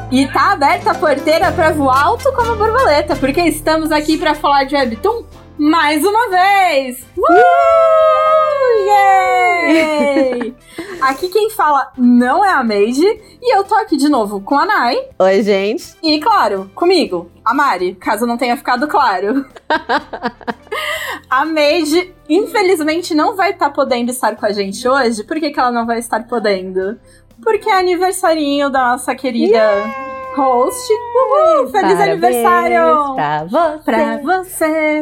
E tá aberta a porteira pra voar alto como borboleta, porque estamos aqui pra falar de Webtoon mais uma vez! Yay! Aqui quem fala não é a Meiji, e eu tô aqui de novo com a Nai. Oi, gente. E, claro, comigo, a Mari, caso não tenha ficado claro. A Meiji, infelizmente, não vai estar podendo estar com a gente hoje. Por que ela não vai estar podendo? Porque é aniversarinho da nossa querida host. Uhul! Feliz Parabéns aniversário! Pra você!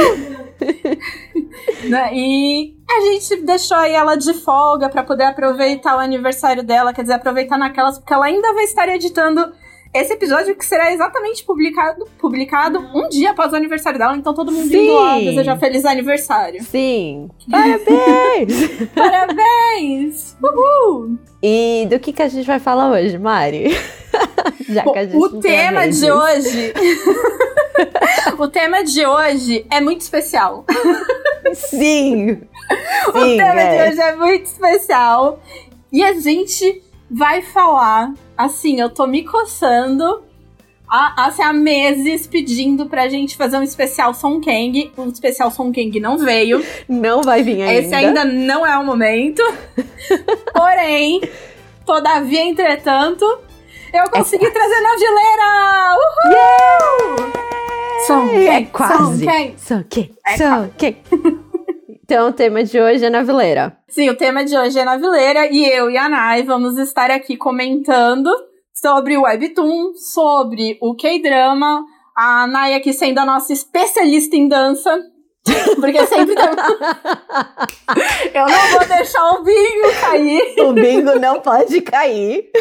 Né? E a gente deixou aí ela de folga pra poder aproveitar o aniversário dela. Quer dizer, aproveitar naquelas, porque ela ainda vai estar editando esse episódio, que será exatamente publicado um dia após o aniversário dela. Então todo mundo indo lá desejar feliz aniversário. Sim! Parabéns! Parabéns! Uhul! E do que a gente vai falar hoje, Mari? Já que a gente o tema de hoje... O tema de hoje é muito especial. Sim! O tema de hoje é muito especial. E a gente vai falar... Assim, eu tô me coçando há meses pedindo pra gente fazer um especial Song Kang. O especial Song Kang não veio. Não vai vir ainda. Esse ainda não é o momento. Porém, todavia, entretanto, eu consegui trazer Novileira! Uhul! Song Kang, É quase. Song Kang. Song Kang. Então, o tema de hoje é Novileira. Sim, o tema de hoje é Novileira e eu e a Nai vamos estar aqui comentando sobre o Webtoon, sobre o K-drama, a Nai aqui sendo a nossa especialista em dança, porque sempre tem... Eu não vou deixar o bingo cair. O bingo não pode cair.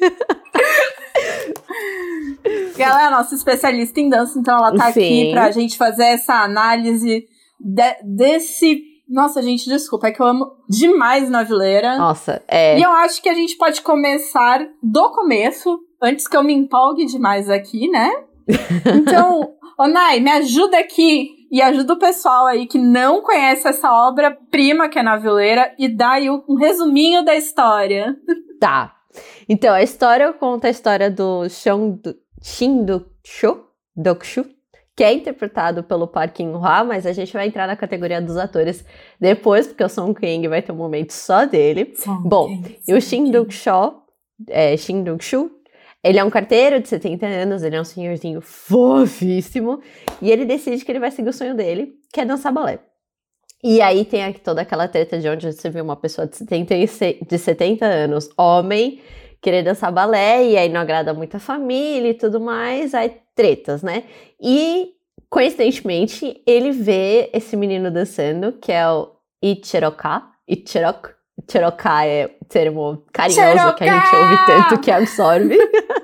Porque ela é a nossa especialista em dança, então ela tá aqui pra gente fazer essa análise desse... Nossa, gente, desculpa, é que eu amo demais Novileira. Nossa, é... E eu acho que a gente pode começar do começo, antes que eu me empolgue demais aqui, né? Então, Nai, me ajuda aqui e ajuda o pessoal aí que não conhece essa obra-prima que é Novileira e dá aí um resuminho da história. Tá. Então, a história conta a história do Shin Dok-shu, que é interpretado pelo Park In-hwa, mas a gente vai entrar na categoria dos atores depois, porque o Song Kang vai ter um momento só dele. E o Shin Dok-shu, ele é um carteiro de 70 anos, ele é um senhorzinho fofíssimo, e ele decide que ele vai seguir o sonho dele, que é dançar balé. E aí tem toda aquela treta de onde você vê uma pessoa de 70 anos, homem, querer dançar balé, e aí não agrada muito a família e tudo mais, aí tretas, né? E, coincidentemente, ele vê esse menino dançando, que é o Ichiroka. Ichiroka é o termo carinhoso que a gente ouve tanto que absorve.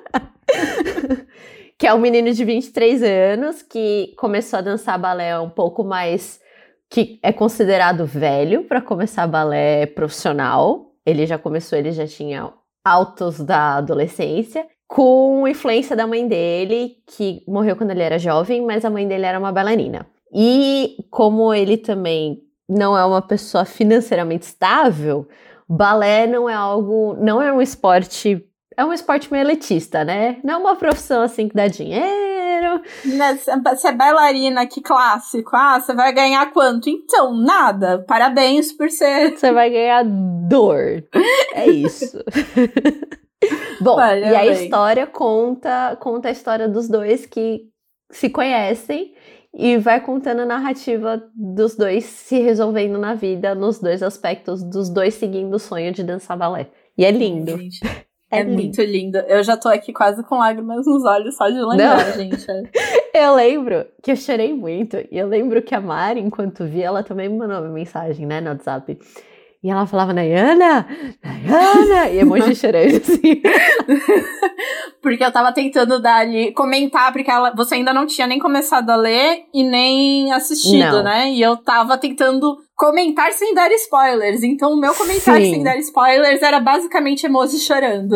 Que é um menino de 23 anos, que começou a dançar balé um pouco mais... que é considerado velho para começar balé profissional. Ele já tinha altos da adolescência, com influência da mãe dele, que morreu quando ele era jovem, mas a mãe dele era uma bailarina. E como ele também não é uma pessoa financeiramente estável, balé não é um esporte, é um esporte meio elitista, né? Não é uma profissão assim que dá dinheiro. Você é bailarina, que clássico. Ah, você vai ganhar quanto? Então, nada. Parabéns por ser... Você vai ganhar dor. É isso. Bom, e a história conta a história dos dois que se conhecem e vai contando a narrativa dos dois se resolvendo na vida, nos dois aspectos, dos dois seguindo o sonho de dançar balé. E é lindo. Gente, é muito lindo. Eu já tô aqui quase com lágrimas nos olhos só de lembrar, gente. Eu lembro que eu chorei muito. E eu lembro que a Mari, enquanto via, ela também me mandou uma mensagem, né, no WhatsApp. E ela falava, Nayana, e emoji chorando, assim. Porque eu tava tentando dar ali, comentar, porque você ainda não tinha nem começado a ler e nem assistido, né? E eu tava tentando comentar sem dar spoilers. Então, o meu comentário sem dar spoilers era basicamente emoji chorando.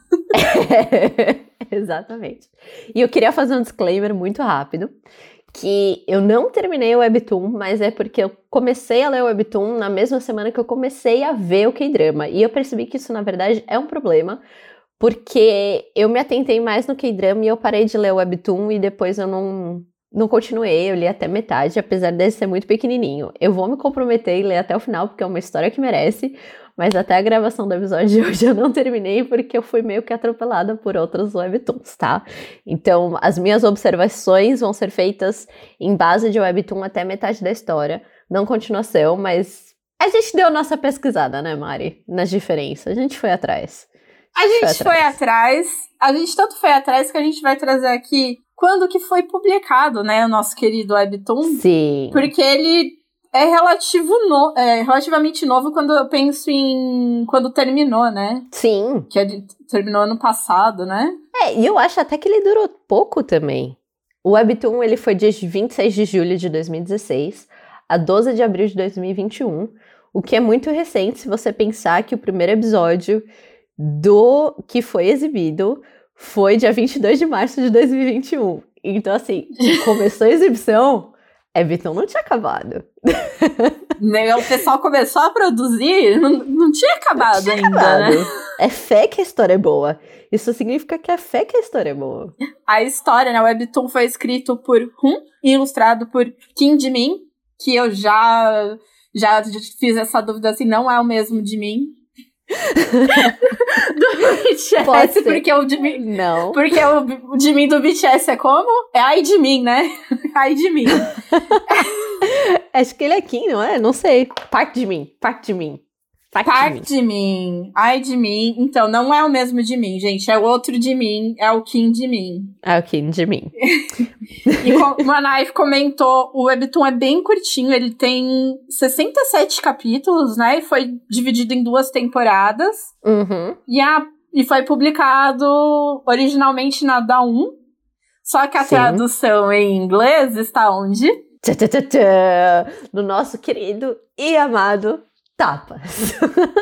Exatamente. E eu queria fazer um disclaimer muito rápido, que eu não terminei o Webtoon, mas é porque eu comecei a ler o Webtoon na mesma semana que eu comecei a ver o K-drama. E eu percebi que isso, na verdade, é um problema, porque eu me atentei mais no K-drama e eu parei de ler o Webtoon e depois eu não continuei, eu li até metade, apesar dele ser muito pequenininho. Eu vou me comprometer e ler até o final, porque é uma história que merece, mas até a gravação do episódio de hoje eu não terminei, porque eu fui meio que atropelada por outros Webtoons, tá? Então, as minhas observações vão ser feitas em base de Webtoon até metade da história, não continuação, mas a gente deu a nossa pesquisada, né, Mari? Nas diferenças, a gente foi atrás. A gente foi atrás, a gente tanto foi atrás que a gente vai trazer aqui quando que foi publicado, né, o nosso querido Webtoon. Sim. Porque ele é relativamente novo quando eu penso em quando terminou, né? Sim. Que terminou ano passado, né? E eu acho até que ele durou pouco também. O Webtoon, ele foi de 26 de julho de 2016 a 12 de abril de 2021, o que é muito recente se você pensar que o primeiro episódio do que foi exibido foi dia 22 de março de 2021. Então, assim, começou a exibição, Webtoon não tinha acabado. O pessoal começou a produzir, não tinha acabado ainda, né? É fé que a história é boa. Isso significa que é fé que a história é boa. A história, né? O Webtoon foi escrito por Hun e ilustrado por Kim Jimin, que eu já fiz essa dúvida, assim, não é o mesmo Jimin do BTS, porque o Jimin... Não. Porque o Jimin do BTS é como? É Ai Jimin, né? Ai Jimin. Acho que ele é Kim, não é? Não sei. Park Jimin. Park Jimin. Ai Jimin. Então, não é o mesmo Jimin, gente. É o outro Jimin. É o Kim Jimin. É o Kim Jimin. E como a Nai comentou, o Webtoon é bem curtinho. Ele tem 67 capítulos, né? E foi dividido em 2 temporadas. Uhum. E foi publicado originalmente na Da1. Só que a tradução em inglês está onde? No nosso querido e amado Tapas.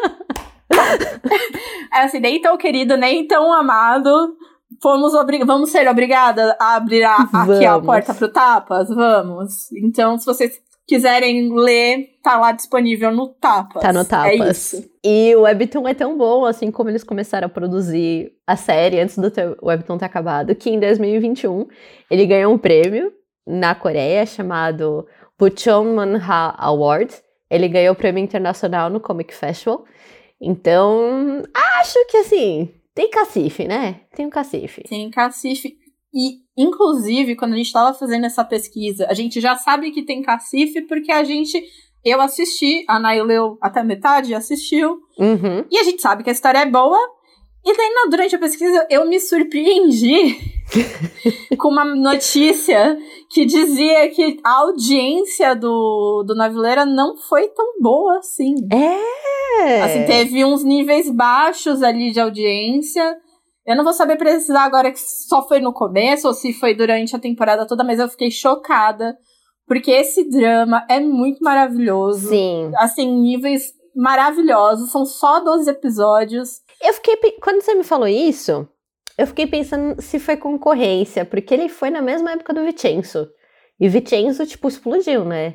É assim, nem tão querido, nem tão amado. Vamos ser obrigadas a abrir aqui a porta pro Tapas? Vamos. Então, se vocês quiserem ler, tá lá disponível no Tapas. Tá no Tapas. É isso. E o Webtoon é tão bom, assim como eles começaram a produzir a série antes do Webtoon ter acabado, que em 2021 ele ganhou um prêmio na Coreia chamado Bucheon Manhwa Award. Ele ganhou o prêmio internacional no Comic Festival. Então, acho que assim, tem cacife, né? Tem um cacife. Tem cacife. E, inclusive, quando a gente tava fazendo essa pesquisa, a gente já sabe que tem cacife porque eu assisti, a Nay leu até metade, assistiu. Uhum. E a gente sabe que a história é boa. E daí, durante a pesquisa, eu me surpreendi com uma notícia que dizia que a audiência do Navileira não foi tão boa assim. Assim, teve uns níveis baixos ali de audiência. Eu não vou saber precisar agora que só foi no começo ou se foi durante a temporada toda, mas eu fiquei chocada. Porque esse drama é muito maravilhoso. Sim. Assim, níveis maravilhosos. São só 12 episódios. Quando você me falou isso, eu fiquei pensando se foi concorrência, porque ele foi na mesma época do Vincenzo. E o Vincenzo, tipo, explodiu, né?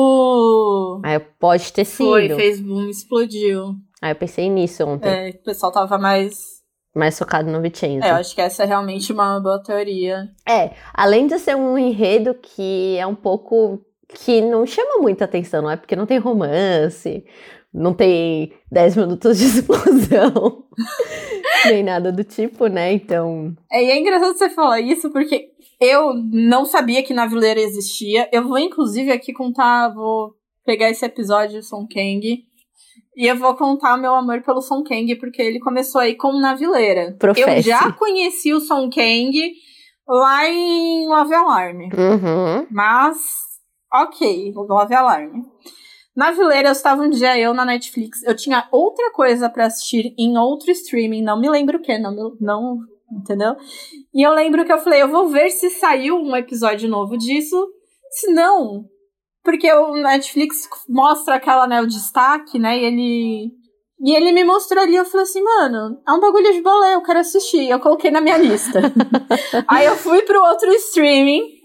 Aí pode ter sido. Foi, fez boom, explodiu. Aí eu pensei nisso ontem. O pessoal tava mais focado no Vincenzo. Eu acho que essa é realmente uma boa teoria. Além de ser um enredo que é um pouco... que não chama muita atenção, não é? Porque não tem romance... Não tem 10 minutos de explosão, nem nada do tipo, né? Então... E é engraçado você falar isso, porque eu não sabia que Navileira existia. Eu vou, inclusive, aqui vou pegar esse episódio do Song Kang e eu vou contar meu amor pelo Song Kang, porque ele começou aí com Navileira. Professe. Eu já conheci o Song Kang lá em Love Alarm. Uhum. Mas, ok, Love Alarm. Navileira, eu estava um dia na Netflix, eu tinha outra coisa pra assistir em outro streaming, não me lembro o que, não, entendeu? E eu lembro que eu falei, eu vou ver se saiu um episódio novo disso, se não, porque o Netflix mostra aquela, né, o destaque, né, e ele me mostrou ali, eu falei assim, mano, é um bagulho de bolé, eu quero assistir, eu coloquei na minha lista. Aí eu fui pro outro streaming,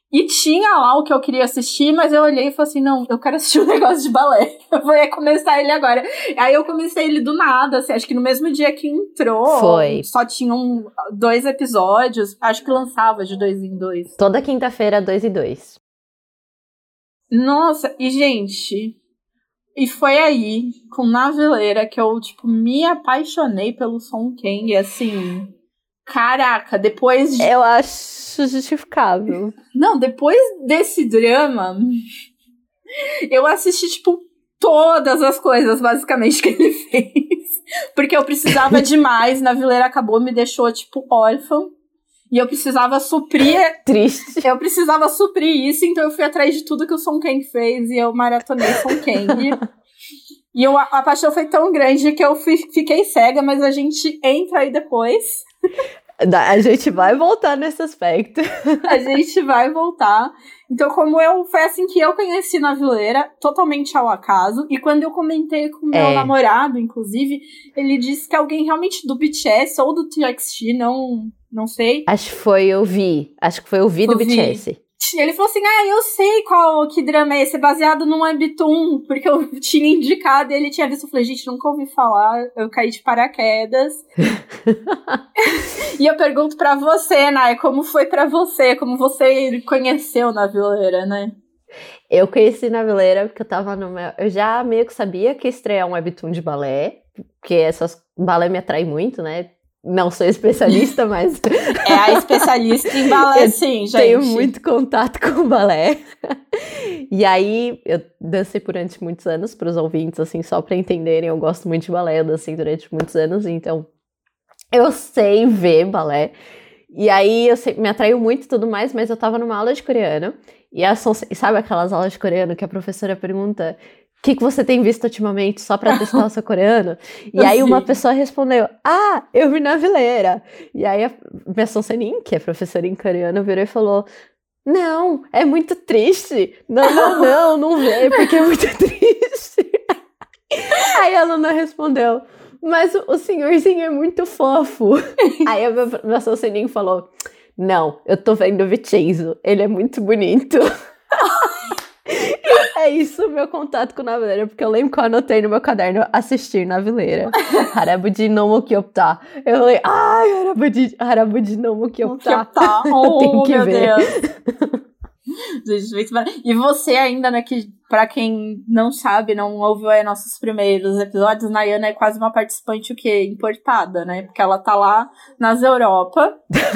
E tinha lá o que eu queria assistir, mas eu olhei e falei assim, não, eu quero assistir um negócio de balé. Eu vou começar ele agora. Aí eu comecei ele do nada, assim, acho que no mesmo dia que entrou, Foi. Só tinham 2 episódios, acho que lançava de 2 em 2. Toda quinta-feira, 2 e 2. Nossa, e gente, e foi aí, com Naveleira, que eu, tipo, me apaixonei pelo Song Kang, assim, caraca, depois de... Eu acho justificável. Não, depois desse drama, eu assisti, tipo, todas as coisas, basicamente, que ele fez. Porque eu precisava demais, Naveleira acabou, me deixou, tipo, órfã. E eu precisava suprir... Triste. Eu precisava suprir isso, então eu fui atrás de tudo que o Song Kang fez e eu maratonei Song Kang. E a paixão foi tão grande que eu fiquei cega, mas a gente entra aí depois. A gente vai voltar nesse aspecto. A gente vai voltar. Então, foi assim que eu conheci Naveleira, totalmente ao acaso. E quando eu comentei com o meu namorado, inclusive, ele disse que alguém realmente do BTS ou do TXT, não sei. Acho que foi o Vi do BTS. Ele falou assim, eu sei que drama é esse, é baseado num webtoon, porque eu tinha indicado e ele tinha visto. Eu falei, gente, nunca ouvi falar, eu caí de paraquedas. E eu pergunto pra você, Nay, como foi pra você? Como você conheceu Naveleira, né? Eu conheci Naveleira porque eu tava eu já meio que sabia que ia estrear um webtoon de balé, porque balé me atrai muito, né? Não sou especialista, mas... É a especialista em balé, sim, gente. Tenho muito contato com o balé. E aí, eu dancei durante muitos anos, para os ouvintes, assim, só para entenderem, eu gosto muito de balé, eu dancei durante muitos anos, então eu sei ver balé. E aí, me atraiu muito e tudo mais, mas eu tava numa aula de coreano, e sabe aquelas aulas de coreano que a professora pergunta... O que você tem visto ultimamente só pra testar o seu coreano? E aí uma pessoa respondeu, eu vi Naveleira. E aí a minha Sonsenin, que é professora em coreano, virou e falou, não, é muito triste. Não vê, porque é muito triste. Aí a aluna respondeu, mas o senhorzinho é muito fofo. Aí a minha Sonsenin falou, não, eu tô vendo o Vincenzo, ele é muito bonito. É isso, meu contato com Naveleira, porque eu lembro que eu anotei no meu caderno assistir Naveleira. Harabuji no Mokyopta. Eu falei, Harabuji no Mokyopta. Oh, meu ver. Deus. E você ainda, né, que pra quem não sabe, não ouviu nossos primeiros episódios, Nayana é quase uma participante, importada, né? Porque ela tá lá nas Europa.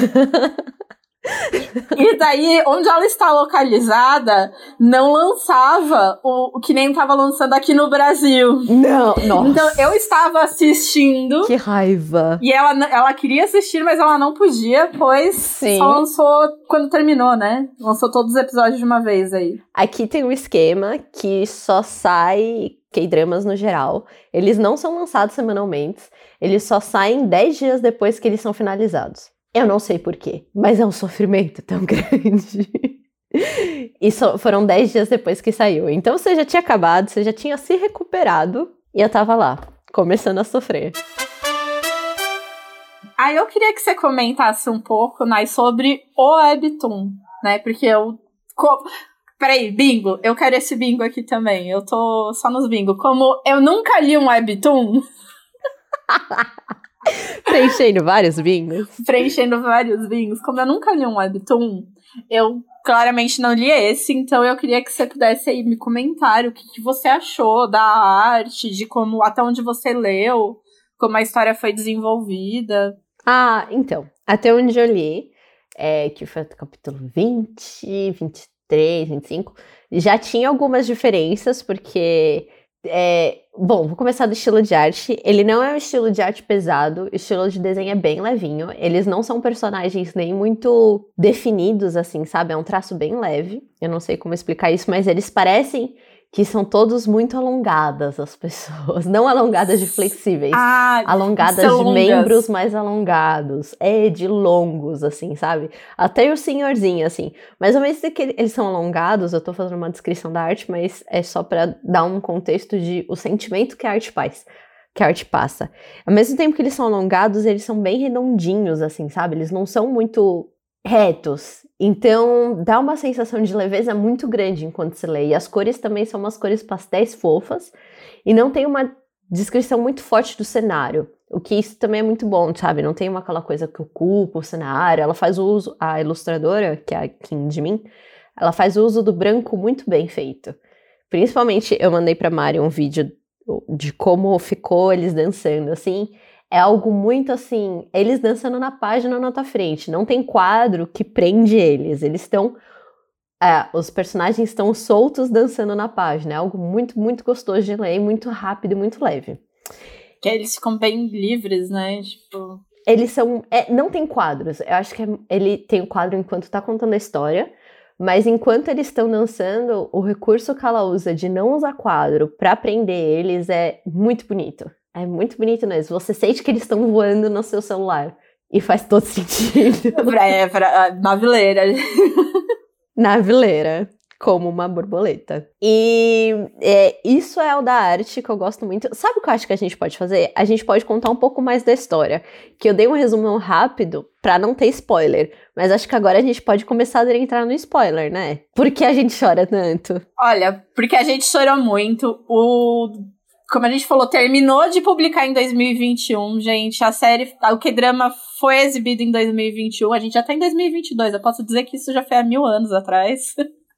E daí, onde ela está localizada, não lançava o que nem tava lançando aqui no Brasil. Não, nossa. Então, eu estava assistindo. Que raiva. E ela queria assistir, mas ela não podia, pois só lançou quando terminou, né? Lançou todos os episódios de uma vez aí. Aqui tem um esquema que só sai K-dramas no geral. Eles não são lançados semanalmente. Eles só saem 10 dias depois que eles são finalizados. Eu não sei porquê, mas é um sofrimento tão grande. E foram 10 dias depois que saiu. Então você já tinha acabado, você já tinha se recuperado. E eu tava lá, começando a sofrer. Eu queria que você comentasse um pouco, Nay, sobre o webtoon, né? Porque Peraí, bingo. Eu quero esse bingo aqui também. Eu tô só nos bingo. Como eu nunca li um webtoon... Preenchendo vários bingos. Como eu nunca li um webtoon, eu claramente não li esse, então eu queria que você pudesse aí me comentar o que você achou da arte, de como, até onde você leu, como a história foi desenvolvida. Então, até onde eu li, que foi o capítulo 20, 23, 25, já tinha algumas diferenças, porque... Bom, vou começar do estilo de arte. Ele não é um estilo de arte pesado, o estilo de desenho é bem levinho. Eles não são personagens nem muito definidos, assim, sabe? É um traço bem leve. Eu não sei como explicar isso, mas eles parecem que são todos muito alongadas, as pessoas. Não alongadas de flexíveis. Alongadas de membros mais alongados. De longos, assim, sabe? Até o senhorzinho, assim. Mas ao mesmo tempo que eles são alongados, eu tô fazendo uma descrição da arte, mas é só pra dar um contexto de o sentimento que a arte faz. Que a arte passa. Ao mesmo tempo que eles são alongados, eles são bem redondinhos, assim, sabe? Eles não são muito retos. Então, dá uma sensação de leveza muito grande enquanto se lê. E as cores também são umas cores pastéis fofas. E não tem uma descrição muito forte do cenário. O que isso também é muito bom, sabe? Não tem aquela coisa que ocupa o cenário. Ela faz uso, a ilustradora, que é a Kim Jimin, ela faz uso do branco muito bem feito. Principalmente, eu mandei pra Mari um vídeo de como ficou eles dançando, assim. É algo muito assim, eles dançando na página na tua frente. Não tem quadro que prende eles. Eles estão... os personagens estão soltos dançando na página. É algo muito, muito gostoso de ler, muito rápido e muito leve. Que eles ficam bem livres, né? Tipo... Eles são... não tem quadros. Eu acho que ele tem o quadro enquanto tá contando a história, mas enquanto eles estão dançando, o recurso que ela usa de não usar quadro pra prender eles é muito bonito. É muito bonito mesmo. Você sente que eles estão voando no seu celular. E faz todo sentido. Pra Navileira. Navileira. Como uma borboleta. E isso é o da arte que eu gosto muito. Sabe o que eu acho que a gente pode fazer? A gente pode contar um pouco mais da história. Que eu dei um resumão rápido pra não ter spoiler. Mas acho que agora a gente pode começar a entrar no spoiler, né? Por que a gente chora tanto? Olha, porque a gente chorou muito. Como a gente falou, terminou de publicar em 2021, gente. A série, o K-Drama foi exibido em 2021. A gente já tá em 2022. Eu posso dizer que isso já foi há 1000 anos atrás.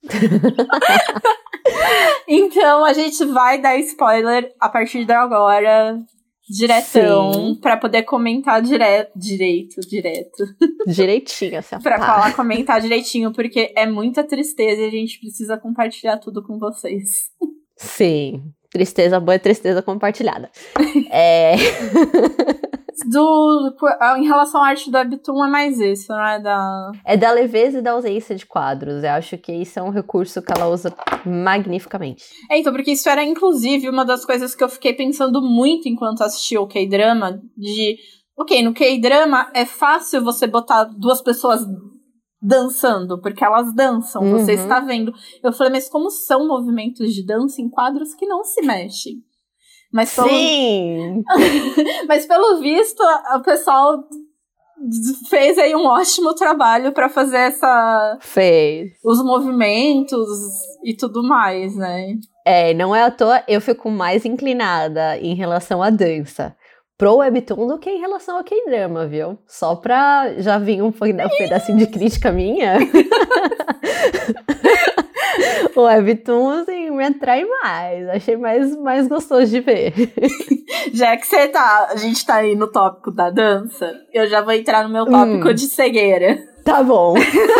Então, a gente vai dar spoiler a partir de agora, diretão, pra poder comentar direito. Direitinho, essa pra comentar direitinho, porque é muita tristeza e a gente precisa compartilhar tudo com vocês. Sim. Tristeza boa é tristeza compartilhada. Em relação à arte do Webtoon é mais isso, né? É da leveza e da ausência de quadros. Eu acho que isso é um recurso que ela usa magnificamente. Então, porque isso era, inclusive, uma das coisas que eu fiquei pensando muito enquanto assistia o K-Drama, no K-Drama é fácil você botar duas pessoas dançando, porque elas dançam, você está vendo. Eu falei, mas como são movimentos de dança em quadros que não se mexem? Sim! Mas pelo visto, o pessoal fez aí um ótimo trabalho para fazer os movimentos e tudo mais, né? Não é à toa, eu fico mais inclinada em relação à dança pro Webtoon do que em relação ao K-Drama, viu? Só pra já vir um pedacinho de crítica minha. O Webtoon, assim, me atrai mais. Achei mais gostoso de ver. Já que a gente tá aí no tópico da dança, eu já vou entrar no meu tópico de cegueira. Tá bom.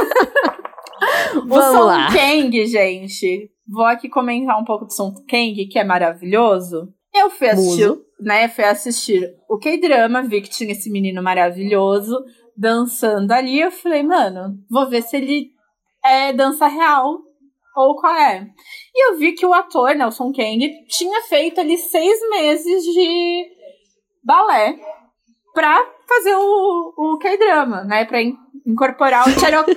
O Song Kang, gente. Vou aqui comentar um pouco do Song Kang, que é maravilhoso. Eu fui assistir o K-Drama, vi que tinha esse menino maravilhoso dançando ali. Eu falei, mano, vou ver se ele é dança real ou qual é. E eu vi que o ator, né, o Song Kang, tinha feito ali 6 meses de balé pra fazer o K-Drama, né, pra incorporar o Charoka!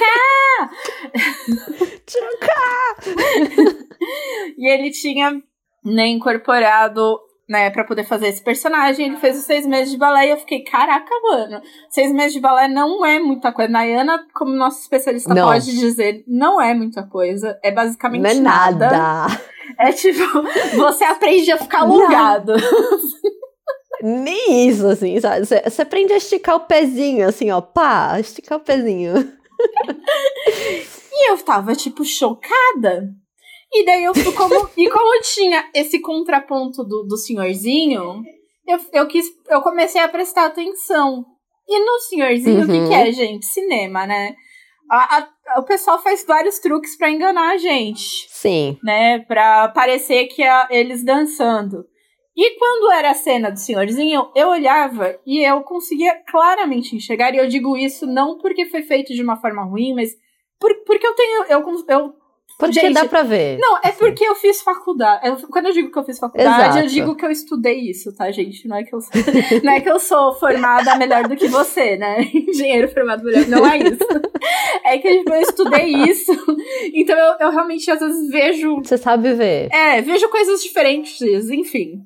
E ele tinha, né, incorporado, né, pra poder fazer esse personagem. Ele fez os 6 meses de balé e eu fiquei, caraca, mano, 6 meses de balé não é muita coisa. Nayana, como nosso especialista pode dizer, não é muita coisa. É basicamente não é nada. É tipo, você aprende a ficar alongado. Nem isso, assim, sabe? Você aprende a esticar o pezinho, assim, ó, pá, esticar o pezinho. E eu tava, tipo, chocada. E daí eu fui como tinha esse contraponto do senhorzinho, eu comecei a prestar atenção. E no senhorzinho, o que é, gente? Cinema, né? O pessoal faz vários truques pra enganar a gente. Sim. Né? Pra parecer que é eles dançando. E quando era a cena do senhorzinho, eu olhava e eu conseguia claramente enxergar. E eu digo isso não porque foi feito de uma forma ruim, mas porque eu porque gente, dá pra ver. Não, é porque eu fiz faculdade. Quando eu digo que eu fiz faculdade, Exato. Eu digo que eu estudei isso, tá, gente? Não é que eu sou formada melhor do que você, né? Engenheiro formado melhor. Não é isso. É que eu estudei isso. Então eu realmente, às vezes, vejo... Você sabe ver. Vejo coisas diferentes, enfim.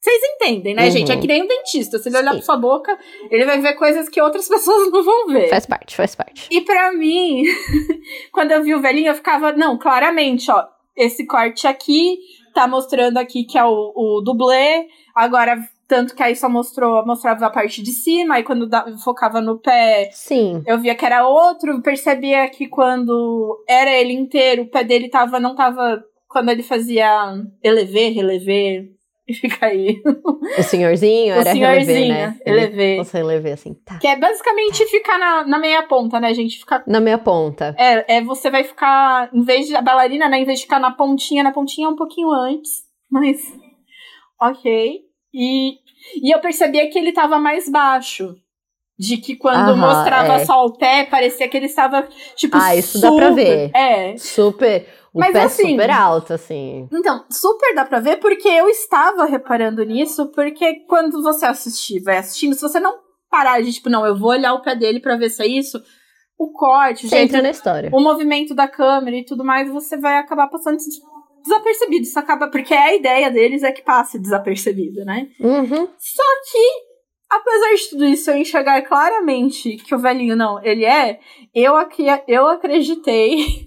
Vocês entendem, né, gente? É que nem um dentista. Se ele olhar pra sua boca, ele vai ver coisas que outras pessoas não vão ver. Faz parte. E pra mim, quando eu vi o velhinho, eu ficava... Não, claramente, ó. Esse corte aqui tá mostrando aqui que é o dublê. Agora, tanto que aí só mostrava a parte de cima. Aí quando focava no pé, sim, eu via que era outro. Percebia que quando era ele inteiro, o pé dele não tava... Quando ele fazia relevé... E fica aí. O senhorzinho era relevé, né? Relevé. Você relevé assim, tá. Que é basicamente ficar na meia ponta, né, gente? Ficar... Na meia ponta. Você vai ficar, em vez de a bailarina, né, em vez de ficar na pontinha um pouquinho antes. Mas, ok. E eu percebia que ele tava mais baixo. De que quando mostrava só o pé, parecia que ele estava, tipo, isso dá pra ver. Super... O Mas, pé assim, super alto, assim. Então, super dá pra ver, porque eu estava reparando nisso, porque quando você vai assistindo, se você não parar de, tipo, não, eu vou olhar o pé dele pra ver se é isso, o corte, você entra na história. O movimento da câmera e tudo mais, você vai acabar passando desapercebido. Isso acaba, porque a ideia deles é que passe desapercebido, né? Uhum. Só que, apesar de tudo isso, eu enxergar claramente que o velhinho, não, ele eu acreditei...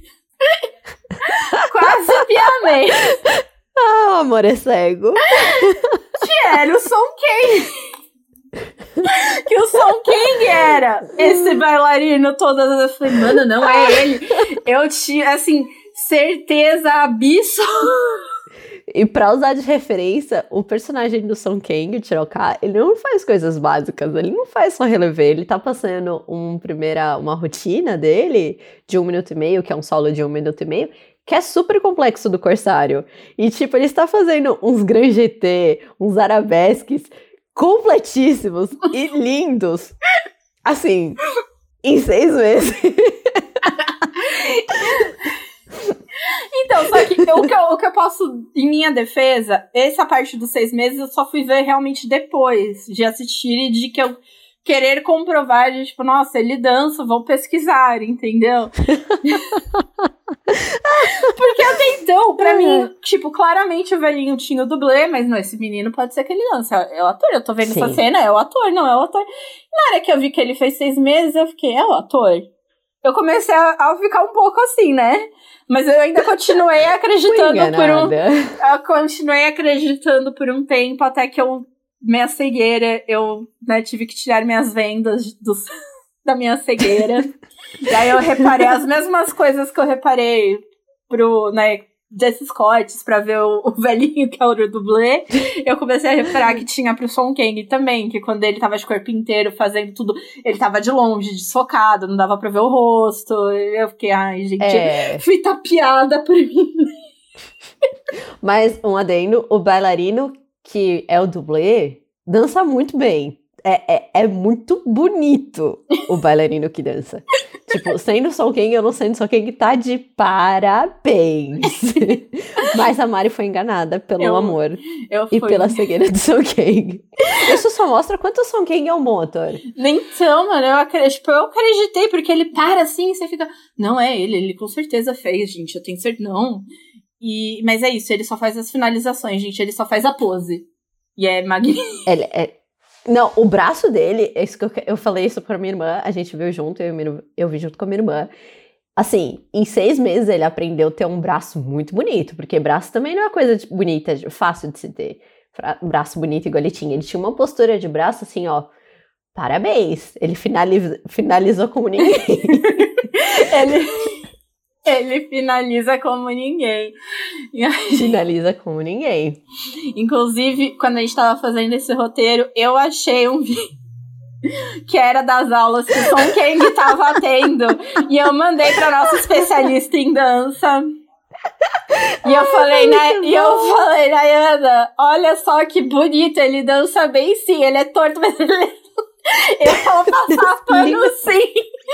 Quase piamente. O amor é cego. Que era o Song Kang. Que o Song Kang era esse bailarino todas as... Eu falei, mano, não é ele. Eu tinha, assim, certeza absoluta. E pra usar de referência, o personagem do Song Kang, o Chiroka, ele não faz coisas básicas, ele não faz só relevé, ele tá passando uma rotina dele de 1 minuto e meio, que é um solo de 1 minuto e meio, que é super complexo do Corsário. E, tipo, ele está fazendo uns Grand GT, uns arabesques completíssimos e lindos, assim, em 6 meses. Então, só que o que eu posso, em minha defesa, essa parte dos 6 meses eu só fui ver realmente depois de assistir e de que eu querer comprovar, de tipo, nossa, ele dança, vou pesquisar, entendeu? Porque até então, pra mim, tipo, claramente o velhinho tinha o dublê, mas não, esse menino pode ser que ele dança, é o ator, eu tô vendo essa cena, é o ator, não é o ator. Na hora que eu vi que ele fez 6 meses, eu fiquei, é o ator? Eu comecei a ficar um pouco assim, né? Mas eu ainda continuei acreditando eu continuei acreditando por um tempo, até que minha cegueira, eu, né, tive que tirar minhas vendas da minha cegueira. E aí eu reparei as mesmas coisas que eu reparei né, desses cortes pra ver o velhinho que é o dublê. Eu comecei a reparar que tinha pro Song Kang também, que quando ele tava de corpo inteiro fazendo tudo, ele tava de longe, desfocado, não dava pra ver o rosto. Eu fiquei, ai, gente, fui tapeada por mim. Mas, um adendo, o bailarino que é o dublê dança muito bem. É muito bonito o bailarino que dança. Tipo, sendo Song Kang ou não sendo Song Kang, tá de parabéns. Mas a Mari foi enganada pelo amor e pela cegueira do Song Kang. Isso só mostra quanto o Song Kang é um bom ator. Então, mano, eu acreditei, porque ele para assim e você fica... Não, é ele com certeza fez, gente, eu tenho certeza. Não. Mas é isso, ele só faz as finalizações, gente, ele só faz a pose. E é magnífico. Não, o braço dele, é isso que eu falei isso pra minha irmã, a gente viu junto, eu vi junto com a minha irmã. Assim, em 6 meses ele aprendeu a ter um braço muito bonito, porque braço também não é uma coisa bonita, fácil de se ter. Braço bonito igual ele tinha. Ele tinha uma postura de braço assim, ó, parabéns, ele finalizou como ninguém. Ele finaliza como ninguém. Finaliza como ninguém. Inclusive, quando a gente tava fazendo esse roteiro, eu achei um vídeo que era das aulas que o Song Kang tava tendo. E eu mandei pra nossa especialista em dança. E eu falei, Nayana, olha só que bonito, ele dança bem sim, ele é torto, mas ele... Eu vou passar pano sim.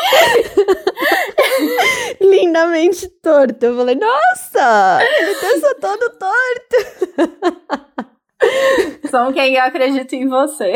Lindamente torto. Eu falei, nossa, ele dança todo torto. Song Kang, eu acredito em você.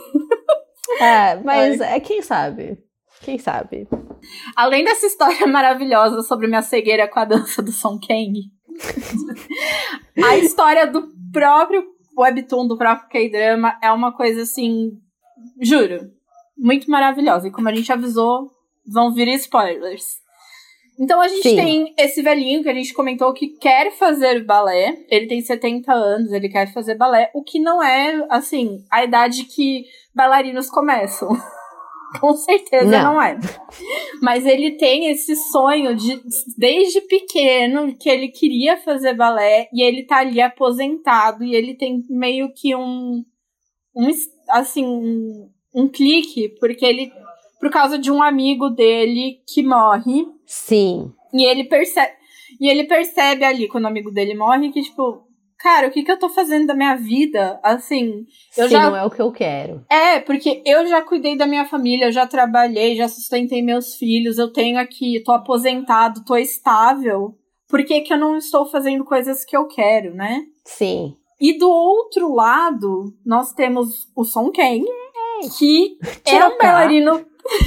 Mas quem sabe? Quem sabe? Além dessa história maravilhosa sobre minha cegueira com a dança do Song Kang, a história do próprio webtoon do próprio K-drama é uma coisa, assim, juro, muito maravilhosa. E como a gente avisou, vão vir spoilers. Então a gente tem esse velhinho que a gente comentou que quer fazer balé. Ele tem 70 anos, ele quer fazer balé. O que não é, assim, a idade que bailarinos começam. Com certeza não é. Mas ele tem esse sonho desde pequeno que ele queria fazer balé. E ele tá ali aposentado. E ele tem meio que um clique. Porque ele... Por causa de um amigo dele que morre. Sim. E ele percebe ali, quando o amigo dele morre, que, tipo, cara, o que eu tô fazendo da minha vida? Assim, não é o que eu quero. Porque eu já cuidei da minha família, eu já trabalhei, já sustentei meus filhos, eu tenho aqui, tô aposentado, tô estável. Por que eu não estou fazendo coisas que eu quero, né? Sim. E do outro lado, nós temos o Song Kang, que é um bailarino...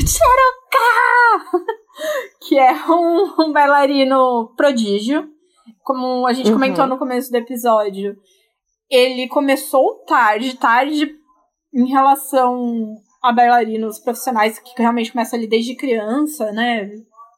que é um bailarino prodígio. Como a gente comentou no começo do episódio, ele começou tarde em relação a bailarinos profissionais, que realmente começam ali desde criança, né?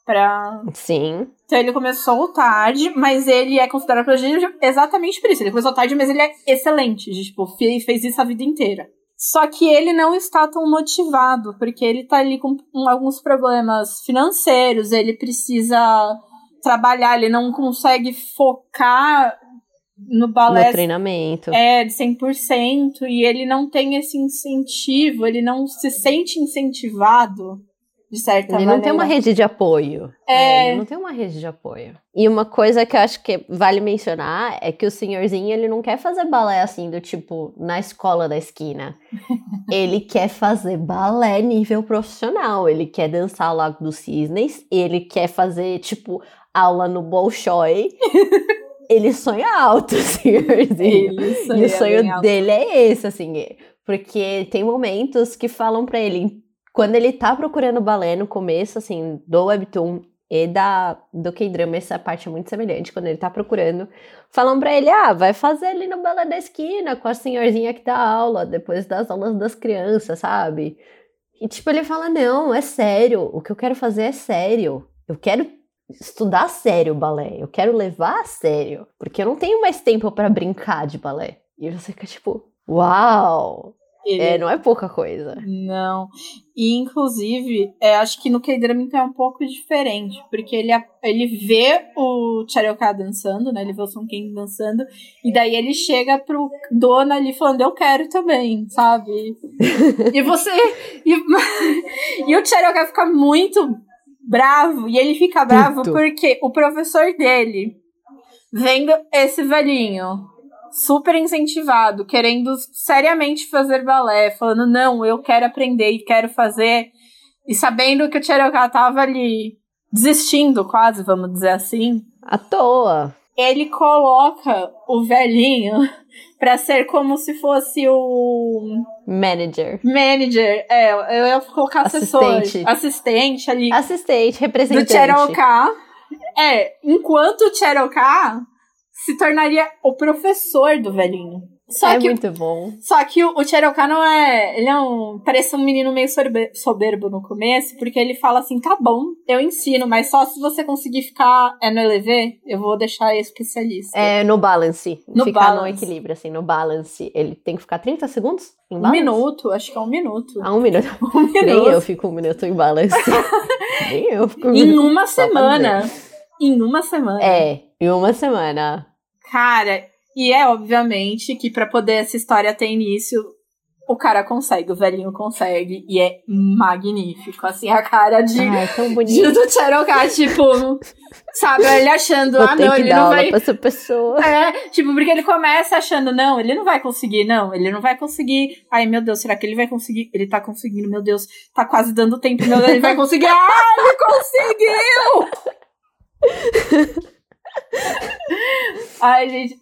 Sim. Então ele começou tarde, mas ele é considerado prodígio exatamente por isso. Ele começou tarde, mas ele é excelente. Tipo, fez isso a vida inteira. Só que ele não está tão motivado, porque ele tá ali com alguns problemas financeiros, ele precisa trabalhar, ele não consegue focar no balé... No treinamento. De 100%, e ele não tem esse incentivo, ele não se sente incentivado, de certa maneira. Ele não tem uma rede de apoio. Ele não tem uma rede de apoio. E uma coisa que eu acho que vale mencionar é que o senhorzinho, ele não quer fazer balé assim, do tipo, na escola da esquina. Ele quer fazer balé nível profissional. Ele quer dançar o Lago dos Cisnes. Ele quer fazer, tipo, aula no Bolshoi. Ele sonha alto, senhorzinho. E o sonho dele é esse, assim. Porque tem momentos que falam pra ele... Quando ele tá procurando balé no começo, assim, do webtoon e do K-drama, essa parte é muito semelhante. Quando ele tá procurando, falam pra ele, vai fazer ali no balé da esquina com a senhorzinha que dá aula, depois das aulas das crianças, sabe? E tipo, ele fala, não, é sério, o que eu quero fazer é sério. Eu quero estudar a sério o balé, eu quero levar a sério, porque eu não tenho mais tempo pra brincar de balé. E você fica tipo, uau! Não é pouca coisa. Não. E, inclusive, acho que no K-drama então é um pouco diferente, porque ele vê o Charoka dançando, né? Ele vê o Song Kang dançando, e daí ele chega pro dono ali falando, eu quero também, sabe? E você... E o Charoka fica muito bravo, e ele fica bravo porque o professor dele, vendo esse velhinho... super incentivado, querendo seriamente fazer balé, falando, não, eu quero aprender e quero fazer, e sabendo que o Charoka tava ali desistindo quase, vamos dizer assim. À toa. Ele coloca o velhinho pra ser como se fosse o... Manager. Eu ia colocar assistente ali. Assistente, representante. Do Charoka. Enquanto o Charoka se tornaria o professor do velhinho. Muito bom. Só que o Charoka não é... Ele parece um menino meio soberbo no começo, porque ele fala assim, tá bom, eu ensino, mas só se você conseguir ficar no LV, eu vou deixar especialista. No balance. Ficar no equilíbrio, assim, no balance. Ele tem que ficar 30 segundos em balance? 1 minuto, acho que é 1 minuto. 1 minuto. 1 minuto. Nem eu fico 1 minuto em balance. Nem eu fico 1 minuto. Em uma semana. Em uma semana. Em uma semana. Cara, e obviamente que pra poder essa história ter início, o cara consegue, o velhinho consegue, e é magnífico, assim, a cara tão bonito. do Charoka, tipo, sabe, ele achando, não, ele não vai... pra essa pessoa. Tipo, porque ele começa achando, não, ele não vai conseguir, ai, meu Deus, será que ele vai conseguir? Ele tá conseguindo, meu Deus, tá quase dando tempo, meu Deus, ele vai conseguir, ele conseguiu! Ai, gente,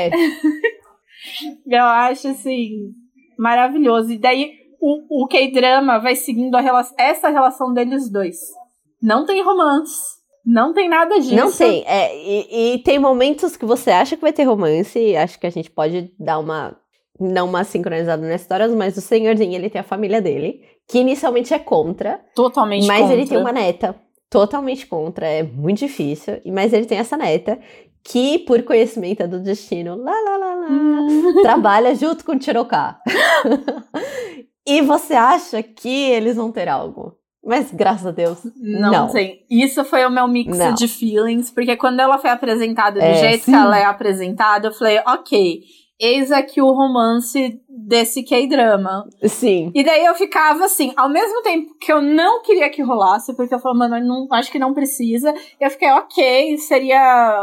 eu acho, assim, maravilhoso. E daí, o K-drama vai seguindo essa relação deles dois. Não tem romance, não tem nada disso. Não tem, e tem momentos que você acha que vai ter romance, acho que a gente pode dar uma não mais sincronizado nas histórias, mas o senhorzinho, ele tem a família dele, que inicialmente é contra. Totalmente mas contra. Ele tem uma neta totalmente contra, é muito difícil, mas ele tem essa neta que, por conhecimento do destino, trabalha junto com o Cherokee. E você acha que eles vão ter algo? Mas, graças a Deus, não. Tem. Isso foi o meu mix de feelings, porque quando ela foi apresentada do jeito sim. que ela é apresentada, eu falei, ok, eis aqui o romance desse K-drama. Sim. E daí eu ficava assim, ao mesmo tempo que eu não queria que rolasse, porque eu falei, mano, não, acho que não precisa, eu fiquei, ok, seria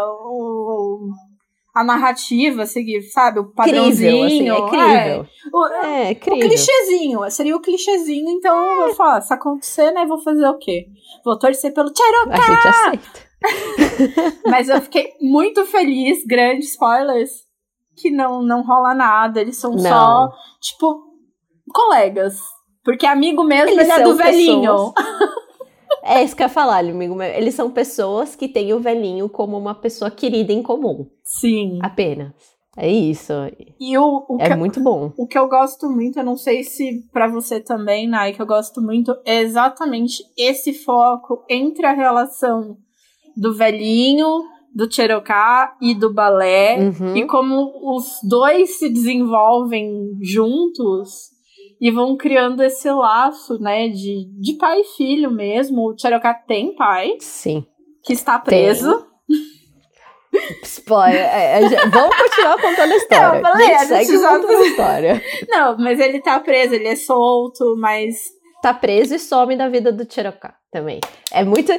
a narrativa, seguir, sabe, o padrãozinho. Incrível, é incrível. O clichêzinho, seria o clichêzinho, então eu falo, se acontecer, né, vou fazer o quê? Vou torcer pelo Cherokee! A gente aceita. Mas eu fiquei muito feliz, grandes spoilers, que não rola nada, eles são só, tipo, colegas. Porque amigo mesmo, ele é do velhinho. É isso que eu ia falar, amigo meu. Eles são pessoas que têm o velhinho como uma pessoa querida em comum. Sim. Apenas. É isso. E muito bom. O que eu gosto muito, eu não sei se pra você também, Nai, que eu gosto muito, é exatamente esse foco entre a relação do velhinho, do Cherokee e do balé, e como os dois se desenvolvem juntos e vão criando esse laço, né, de pai e filho mesmo. O Cherokee tem pai. Sim. Que está preso. Spoiler. Vamos continuar contando a história. Não, a gente segue contando a história. Não, mas ele tá preso, ele é solto, mas... Tá preso e some da vida do Cherokee também. É muito...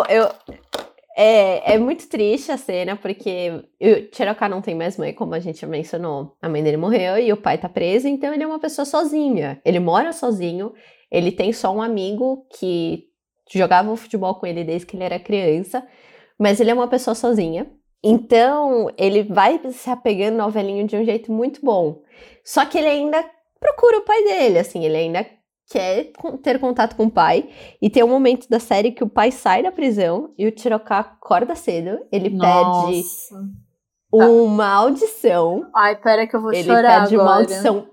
É muito triste a cena, porque o Cherokee não tem mais mãe, como a gente já mencionou. A mãe dele morreu e o pai tá preso, então ele é uma pessoa sozinha. Ele mora sozinho, ele tem só um amigo que jogava futebol com ele desde que ele era criança, mas ele é uma pessoa sozinha. Então, ele vai se apegando ao velhinho de um jeito muito bom. Só que ele ainda procura o pai dele, assim, ele ainda quer ter contato com o pai, e tem um momento da série que o pai sai da prisão e o Cherokee acorda cedo, ele pede uma audição. Ai, pera que eu vou chorar agora. Uma audição.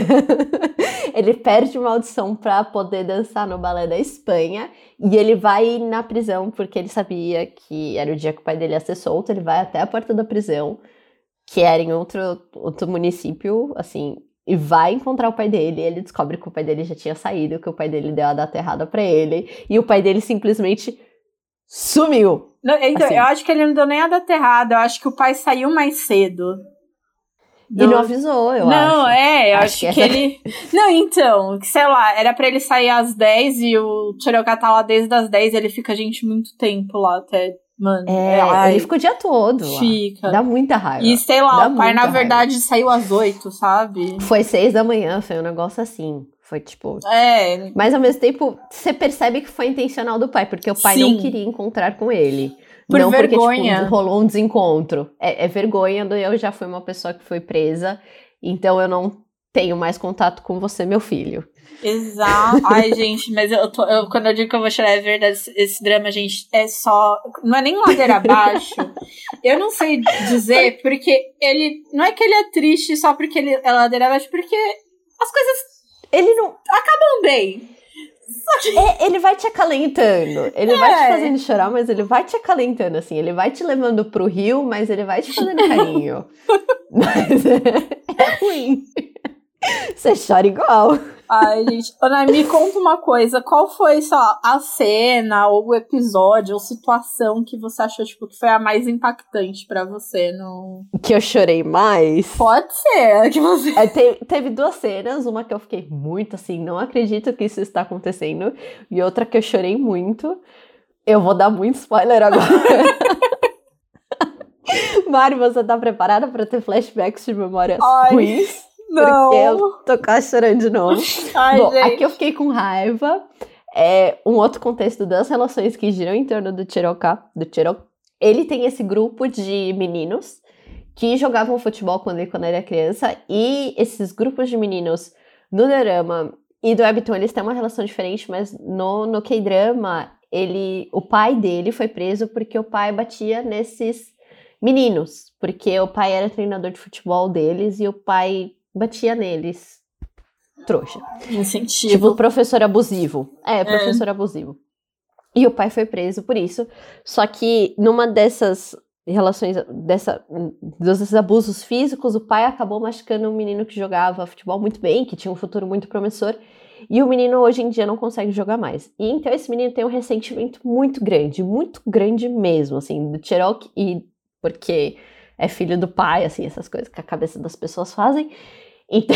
Ele perde uma audição pra poder dançar no balé da Espanha, e ele vai na prisão porque ele sabia que era o dia que o pai dele ia ser solto. Ele vai até a porta da prisão, que era em outro município, assim, e vai encontrar o pai dele. Ele descobre que o pai dele já tinha saído, que o pai dele deu a data errada pra ele, e o pai dele simplesmente sumiu. Não, então, assim. Eu acho que ele não deu nem a data errada, eu acho que o pai saiu mais cedo. E não avisou, eu acho. Não, eu acho que ele... Não, então, sei lá, era pra ele sair às 10 e o Cherokee tá lá desde as 10 e ele fica, gente, muito tempo lá até... Mano, ele fica o dia todo. Fica. Lá. Dá muita raiva. E sei lá, o pai, na verdade, saiu às 8, sabe? Foi 6 da manhã, foi um negócio assim. Foi tipo... Mas ao mesmo tempo, você percebe que foi intencional do pai, porque o pai não queria encontrar com ele. Não vergonha. Porque, tipo, rolou um desencontro. É vergonha do eu já fui uma pessoa que foi presa, então eu não tenho mais contato com você, meu filho. Exato. Ai, gente, mas quando eu digo que eu vou chorar, é verdade, esse drama, gente, é só... Não é nem ladeira abaixo. Eu não sei dizer, porque ele... Não é que ele é triste só porque ele é ladeira abaixo, porque as coisas... Ele não... acabam bem. Ele vai te acalentando. Ele vai te fazendo chorar, mas ele vai te acalentando, assim. Ele vai te levando pro rio, mas ele vai te fazendo carinho. Mas é ruim. Você chora igual. Ai, gente. Ana, me conta uma coisa. Qual foi, sei lá, a cena, ou o episódio, ou situação que você achou, tipo, que foi a mais impactante pra você? Que eu chorei mais? Pode ser. Que você... Teve 2 cenas. Uma que eu fiquei muito assim, não acredito que isso está acontecendo. E outra que eu chorei muito. Eu vou dar muito spoiler agora. Mari, você tá preparada pra ter flashbacks de memórias ruins? Não. Porque eu tô quase chorando de novo. Ai, bom, gente. Aqui eu fiquei com raiva. Um outro contexto das relações que giram em torno do Cherokee. Ele tem esse grupo de meninos que jogavam futebol quando ele era criança. E esses grupos de meninos no drama e do webtoon, eles têm uma relação diferente, mas no K-drama, o pai dele foi preso porque o pai batia nesses meninos. Porque o pai era treinador de futebol deles e o pai batia neles. Trouxa. Incentivo. Tipo, professor abusivo. Professor abusivo. E o pai foi preso por isso. Só que numa dessas relações, desses abusos físicos, o pai acabou machucando um menino que jogava futebol muito bem, que tinha um futuro muito promissor. E o menino hoje em dia não consegue jogar mais. E então esse menino tem um ressentimento muito grande mesmo, assim, do Cherokee, e porque é filho do pai, assim, essas coisas que a cabeça das pessoas fazem. Então,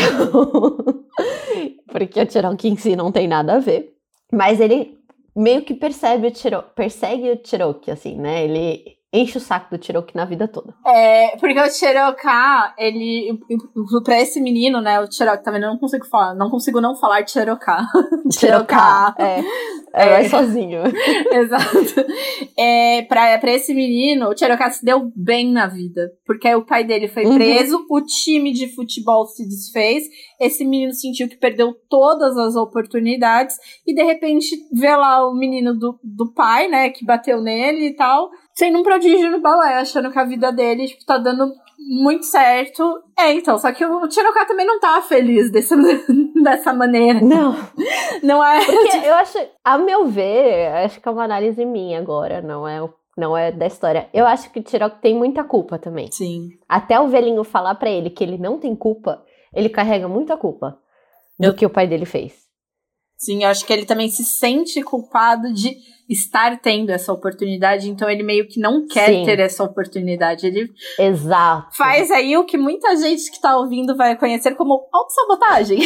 porque o Cherokee em si não tem nada a ver. Mas ele meio que persegue o Cherokee, assim, né? Ele enche o saco do Cherokee na vida toda. Porque o Cherokee, ele... Pra esse menino, né? O Cherokee, tá vendo? Eu não consigo não falar Cherokee. Cherokee. Vai sozinho. Exato. Pra esse menino, o Cherokee se deu bem na vida. Porque o pai dele foi preso, o time de futebol se desfez, esse menino sentiu que perdeu todas as oportunidades, e de repente vê lá o menino do pai, né, que bateu nele e tal, sendo um prodígio no balé, achando que a vida dele, tipo, tá dando muito certo. Então, só que o Cherokee também não tá feliz dessa maneira. Não é. Porque eu acho, a meu ver, acho que é uma análise minha agora, não é da história. Eu acho que o Cherokee tem muita culpa também. Sim. Até o velhinho falar pra ele que ele não tem culpa, ele carrega muita culpa do que o pai dele fez. Sim, eu acho que ele também se sente culpado de estar tendo essa oportunidade, então ele meio que não quer ter essa oportunidade. Ele faz aí o que muita gente que tá ouvindo vai conhecer como autossabotagem.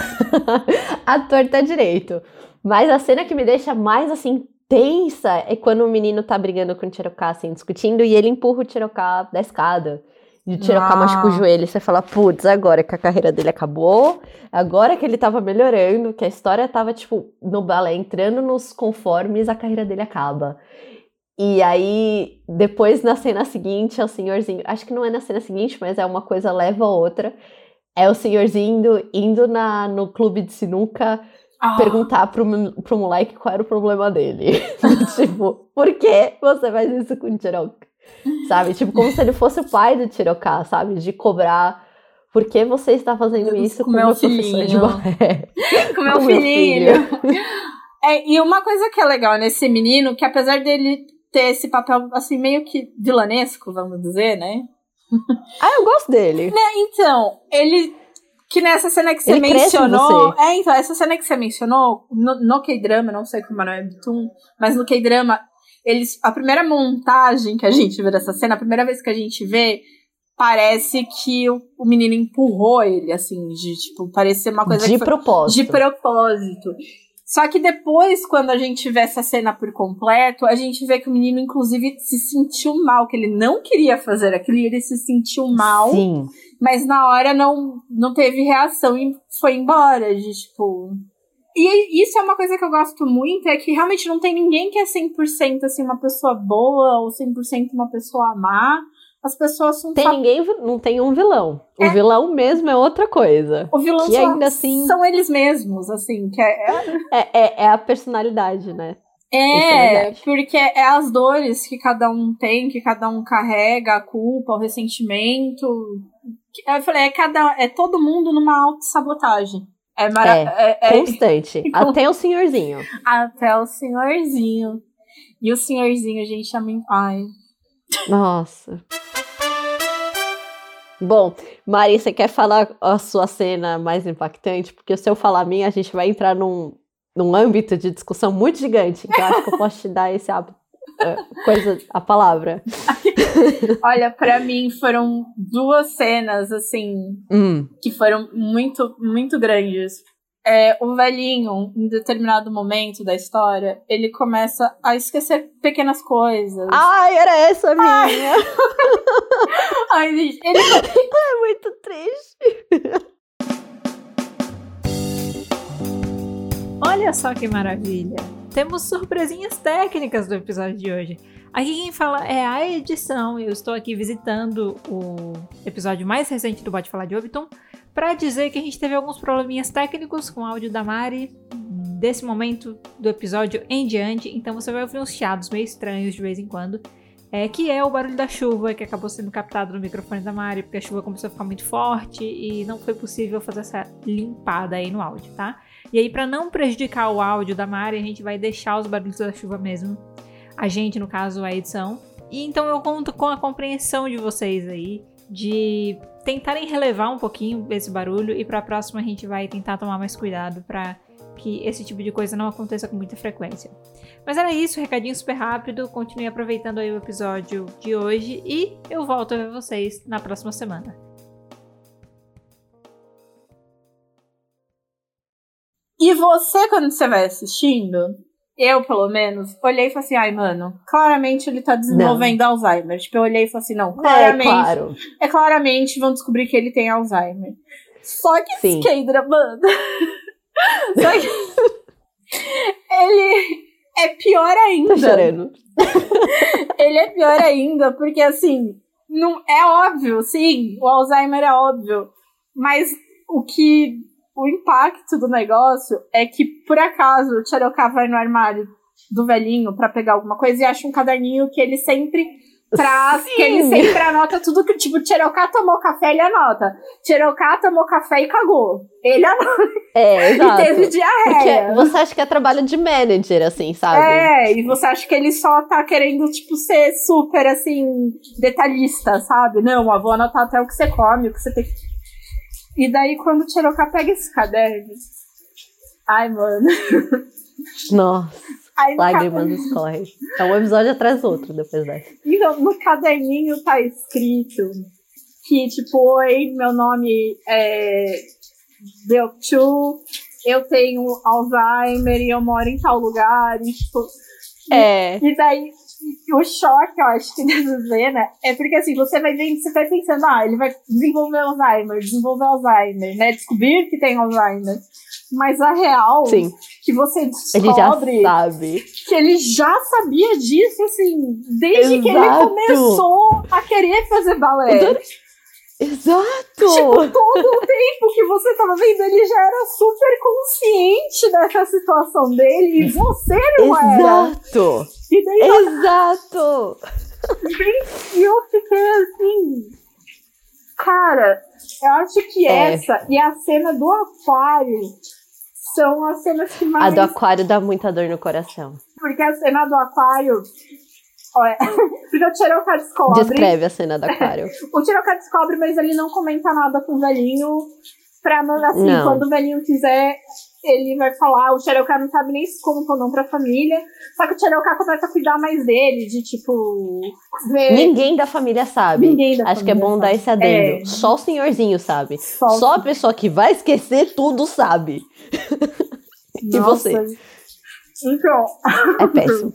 A torta direito. Mas a cena que me deixa mais, assim, tensa é quando o menino tá brigando com o Cherokee, assim, discutindo, e ele empurra o Cherokee da escada. E o Cherokee machuca o joelho, e você fala, putz, agora que a carreira dele acabou, agora que ele tava melhorando, que a história tava, tipo, no balé, entrando nos conformes, a carreira dele acaba. E aí, depois, na cena seguinte, é o senhorzinho, acho que não é na cena seguinte, mas é uma coisa leva a outra, é o senhorzinho indo no clube de sinuca perguntar pro moleque qual era o problema dele. Tipo, por que você faz isso com o Cherokee? Sabe? Tipo, como se ele fosse o pai do Cherokee, sabe? De cobrar. Por que você está fazendo isso com meu professor de balé? Com meu filho. E uma coisa que é legal nesse menino, que apesar dele ter esse papel, assim, meio que vilanesco, vamos dizer, né? Eu gosto dele. Então, ele... Que nessa cena que você ele mencionou... Então, essa cena que você mencionou, no K-drama, não sei como é no Webtoon, mas no K-drama, a primeira montagem que a gente vê dessa cena, a primeira vez que a gente vê, parece que o menino empurrou ele, assim, de, tipo, parecia uma coisa de propósito. De propósito. Só que depois, quando a gente vê essa cena por completo, a gente vê que o menino, inclusive, se sentiu mal, que ele não queria fazer aquilo, ele se sentiu mal. Sim. Mas na hora não teve reação e foi embora, de tipo... E isso é uma coisa que eu gosto muito, é que realmente não tem ninguém que é 100% assim, uma pessoa boa ou 100% uma pessoa má. As pessoas são... Não tem um vilão. O vilão mesmo é outra coisa. O vilão que ainda assim são eles mesmos, assim, que é a personalidade, né? Porque é as dores que cada um tem, que cada um carrega, a culpa, o ressentimento. Eu falei, é todo mundo numa autossabotagem. Constante. Até o senhorzinho. Até o senhorzinho. E o senhorzinho, gente, ai. Nossa. Bom, Mari, você quer falar a sua cena mais impactante? Porque se eu falar a minha, a gente vai entrar num âmbito de discussão muito gigante. Então, acho que eu posso te dar a palavra. Olha, pra mim foram duas cenas, assim, que foram muito, muito grandes. O velhinho, em determinado momento da história, ele começa a esquecer pequenas coisas. Ai, era essa a minha! Ai, gente, é muito triste. Olha só que maravilha! Temos surpresinhas técnicas do episódio de hoje. Aqui quem fala é a edição. Eu estou aqui visitando o episódio mais recente do Pode Falar de Webtoon para dizer que a gente teve alguns probleminhas técnicos com o áudio da Mari desse momento do episódio em diante. Então você vai ouvir uns chiados meio estranhos de vez em quando. que é o barulho da chuva, que acabou sendo captado no microfone da Mari, porque a chuva começou a ficar muito forte e não foi possível fazer essa limpada aí no áudio, tá? E aí, pra não prejudicar o áudio da Mari, a gente vai deixar os barulhos da chuva mesmo. A gente, no caso, a edição. E então eu conto com a compreensão de vocês aí, de tentarem relevar um pouquinho esse barulho, e pra próxima a gente vai tentar tomar mais cuidado pra que esse tipo de coisa não aconteça com muita frequência. Mas era isso, recadinho super rápido, continue aproveitando aí o episódio de hoje e eu volto a ver vocês na próxima semana. E você, quando você vai assistindo, eu, pelo menos, olhei e falei assim, ai, mano, claramente ele tá desenvolvendo Alzheimer. Tipo, eu olhei e falei assim, não, claramente, claramente vão descobrir que ele tem Alzheimer. Só que esse K-drama, só que ele é pior ainda. Tô chorando. Ele é pior ainda, porque assim, não é óbvio, sim, o Alzheimer é óbvio, mas o impacto do negócio é que, por acaso, o Cherokee vai no armário do velhinho pra pegar alguma coisa e acha um caderninho que ele sempre traz, que ele sempre anota tudo que, tipo, Cherokee tomou café, ele anota. Cherokee tomou café e cagou. Ele anota. Exato. E teve diarreia. Porque você acha que é trabalho de manager, assim, sabe? E você acha que ele só tá querendo, tipo, ser super, assim, detalhista, sabe? Não, vou anotar até o que você come, o que você tem. E daí, quando o Cherokee pega esse caderno, ai, mano. Nossa. Lágrimas escorrem. É um episódio atrás do outro depois dessa. Então, no caderninho tá escrito que, tipo, oi, meu nome é Beokchu, eu tenho Alzheimer e eu moro em tal lugar. E, tipo, e daí, o choque, eu acho que deve ver, né? É porque, assim, você vai vendo, você vai pensando, ele vai desenvolver Alzheimer, né? Descobrir que tem Alzheimer. Mas a real, que você descobre ele já sabe. Que ele já sabia disso, assim, desde que ele começou a querer fazer balé. Exato! Tipo, todo o tempo que você tava vendo, ele já era super consciente dessa situação dele e você não era. Exato! E daí, exato! E eu fiquei assim, cara, eu acho que essa e a cena do aquário são as cenas que mais... A do aquário dá muita dor no coração. Porque a cena do aquário... Porque o Cherokee descobre... Descreve a cena do aquário. O Cherokee descobre, mas ele não comenta nada com o velhinho. Pra não, assim, quando o velhinho quiser, ele vai falar. O Cherokee não sabe nem se conta ou não pra família. Só que o Cherokee começa a cuidar mais dele, de tipo... ver... Ninguém da família sabe. Acho que é bom dar esse adendo. Só o senhorzinho sabe. Só a pessoa que vai esquecer tudo sabe. E você? Então... É péssimo.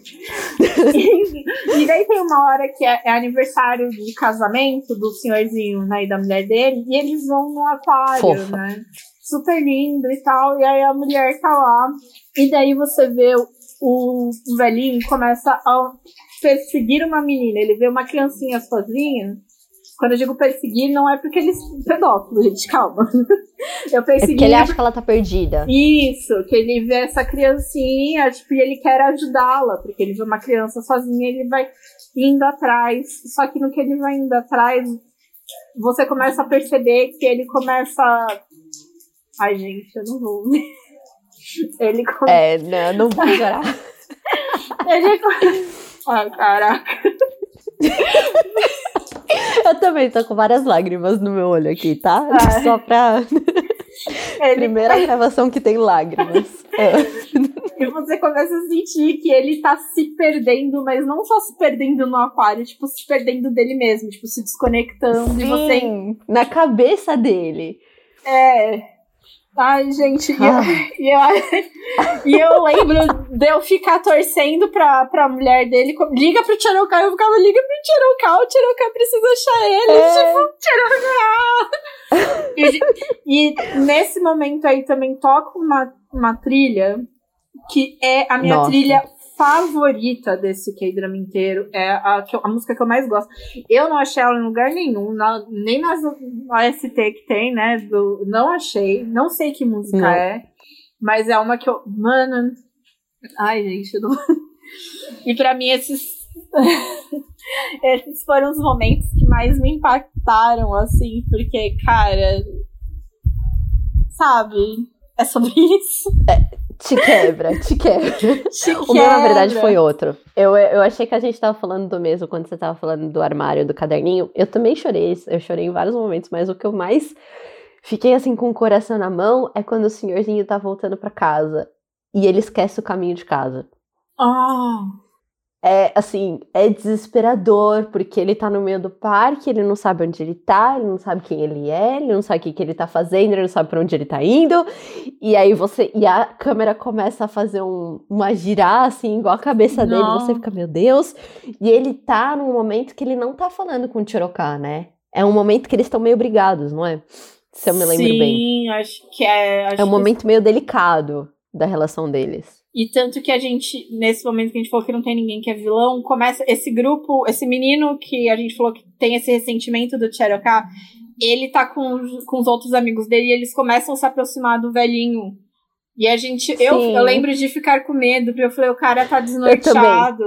E daí tem uma hora que é aniversário de casamento do senhorzinho, né, e da mulher dele, e eles vão no aquário, né? Super lindo e tal, e aí a mulher tá lá, e daí você vê o velhinho começa a perseguir uma menina, ele vê uma criancinha sozinha. Quando eu digo perseguir, não é porque ele é pedófilo, gente, calma. Eu persegui... É porque ele acha que ela tá perdida. Isso, que ele vê essa criancinha, tipo, e ele quer ajudá-la, porque ele vê uma criança sozinha e ele vai indo atrás. Só que no que ele vai indo atrás, você começa a perceber que ele começa... Ai, gente, eu não vou... Ele começa... não vou chorar. Ai, caraca. Eu também tô com várias lágrimas no meu olho aqui, tá? Só pra... Primeira gravação que tem lágrimas. E você começa a sentir que ele tá se perdendo, mas não só se perdendo no aquário, tipo, se perdendo dele mesmo, tipo, se desconectando. Sim, e você... na cabeça dele. Ai, gente, e eu lembro de eu ficar torcendo pra mulher dele, liga pro Cherokee, eu ficava, liga pro Cherokee, o Cherokee precisa achar ele, tipo, Cherokee. E nesse momento aí também toca uma trilha que é a minha trilha favorita desse K-drama inteiro, é a música que eu mais gosto. Eu não achei ela em lugar nenhum, nem nas OST que tem, né? Não achei, não sei que música é, mas é uma que eu... Mano... Ai, gente, eu não... E pra mim, esses Esses foram os momentos que mais me impactaram, assim, porque, cara, sabe, é sobre isso. Te quebra. O meu, na verdade, foi outro. Eu achei que a gente tava falando do mesmo quando você tava falando do armário, do caderninho. Eu também chorei, eu chorei em vários momentos, mas o que eu mais fiquei, assim, com o coração na mão é quando o senhorzinho tá voltando pra casa e ele esquece o caminho de casa. É, assim, é desesperador, porque ele tá no meio do parque, ele não sabe onde ele tá, ele não sabe quem ele é, ele não sabe o que ele tá fazendo, ele não sabe pra onde ele tá indo, e aí e a câmera começa a fazer uma girar, assim, igual a cabeça dele, você fica, meu Deus, e ele tá num momento que ele não tá falando com o Cherokee, né? É um momento que eles estão meio brigados, não é? Se eu me lembro bem. Sim, acho que é. É um momento meio delicado da relação deles. E tanto que a gente, nesse momento que a gente falou que não tem ninguém que é vilão, começa esse grupo, esse menino que a gente falou que tem esse ressentimento do Cherokee, ele tá com os outros amigos dele e eles começam a se aproximar do velhinho. E a gente, eu lembro de ficar com medo, porque eu falei, o cara tá desnorteado.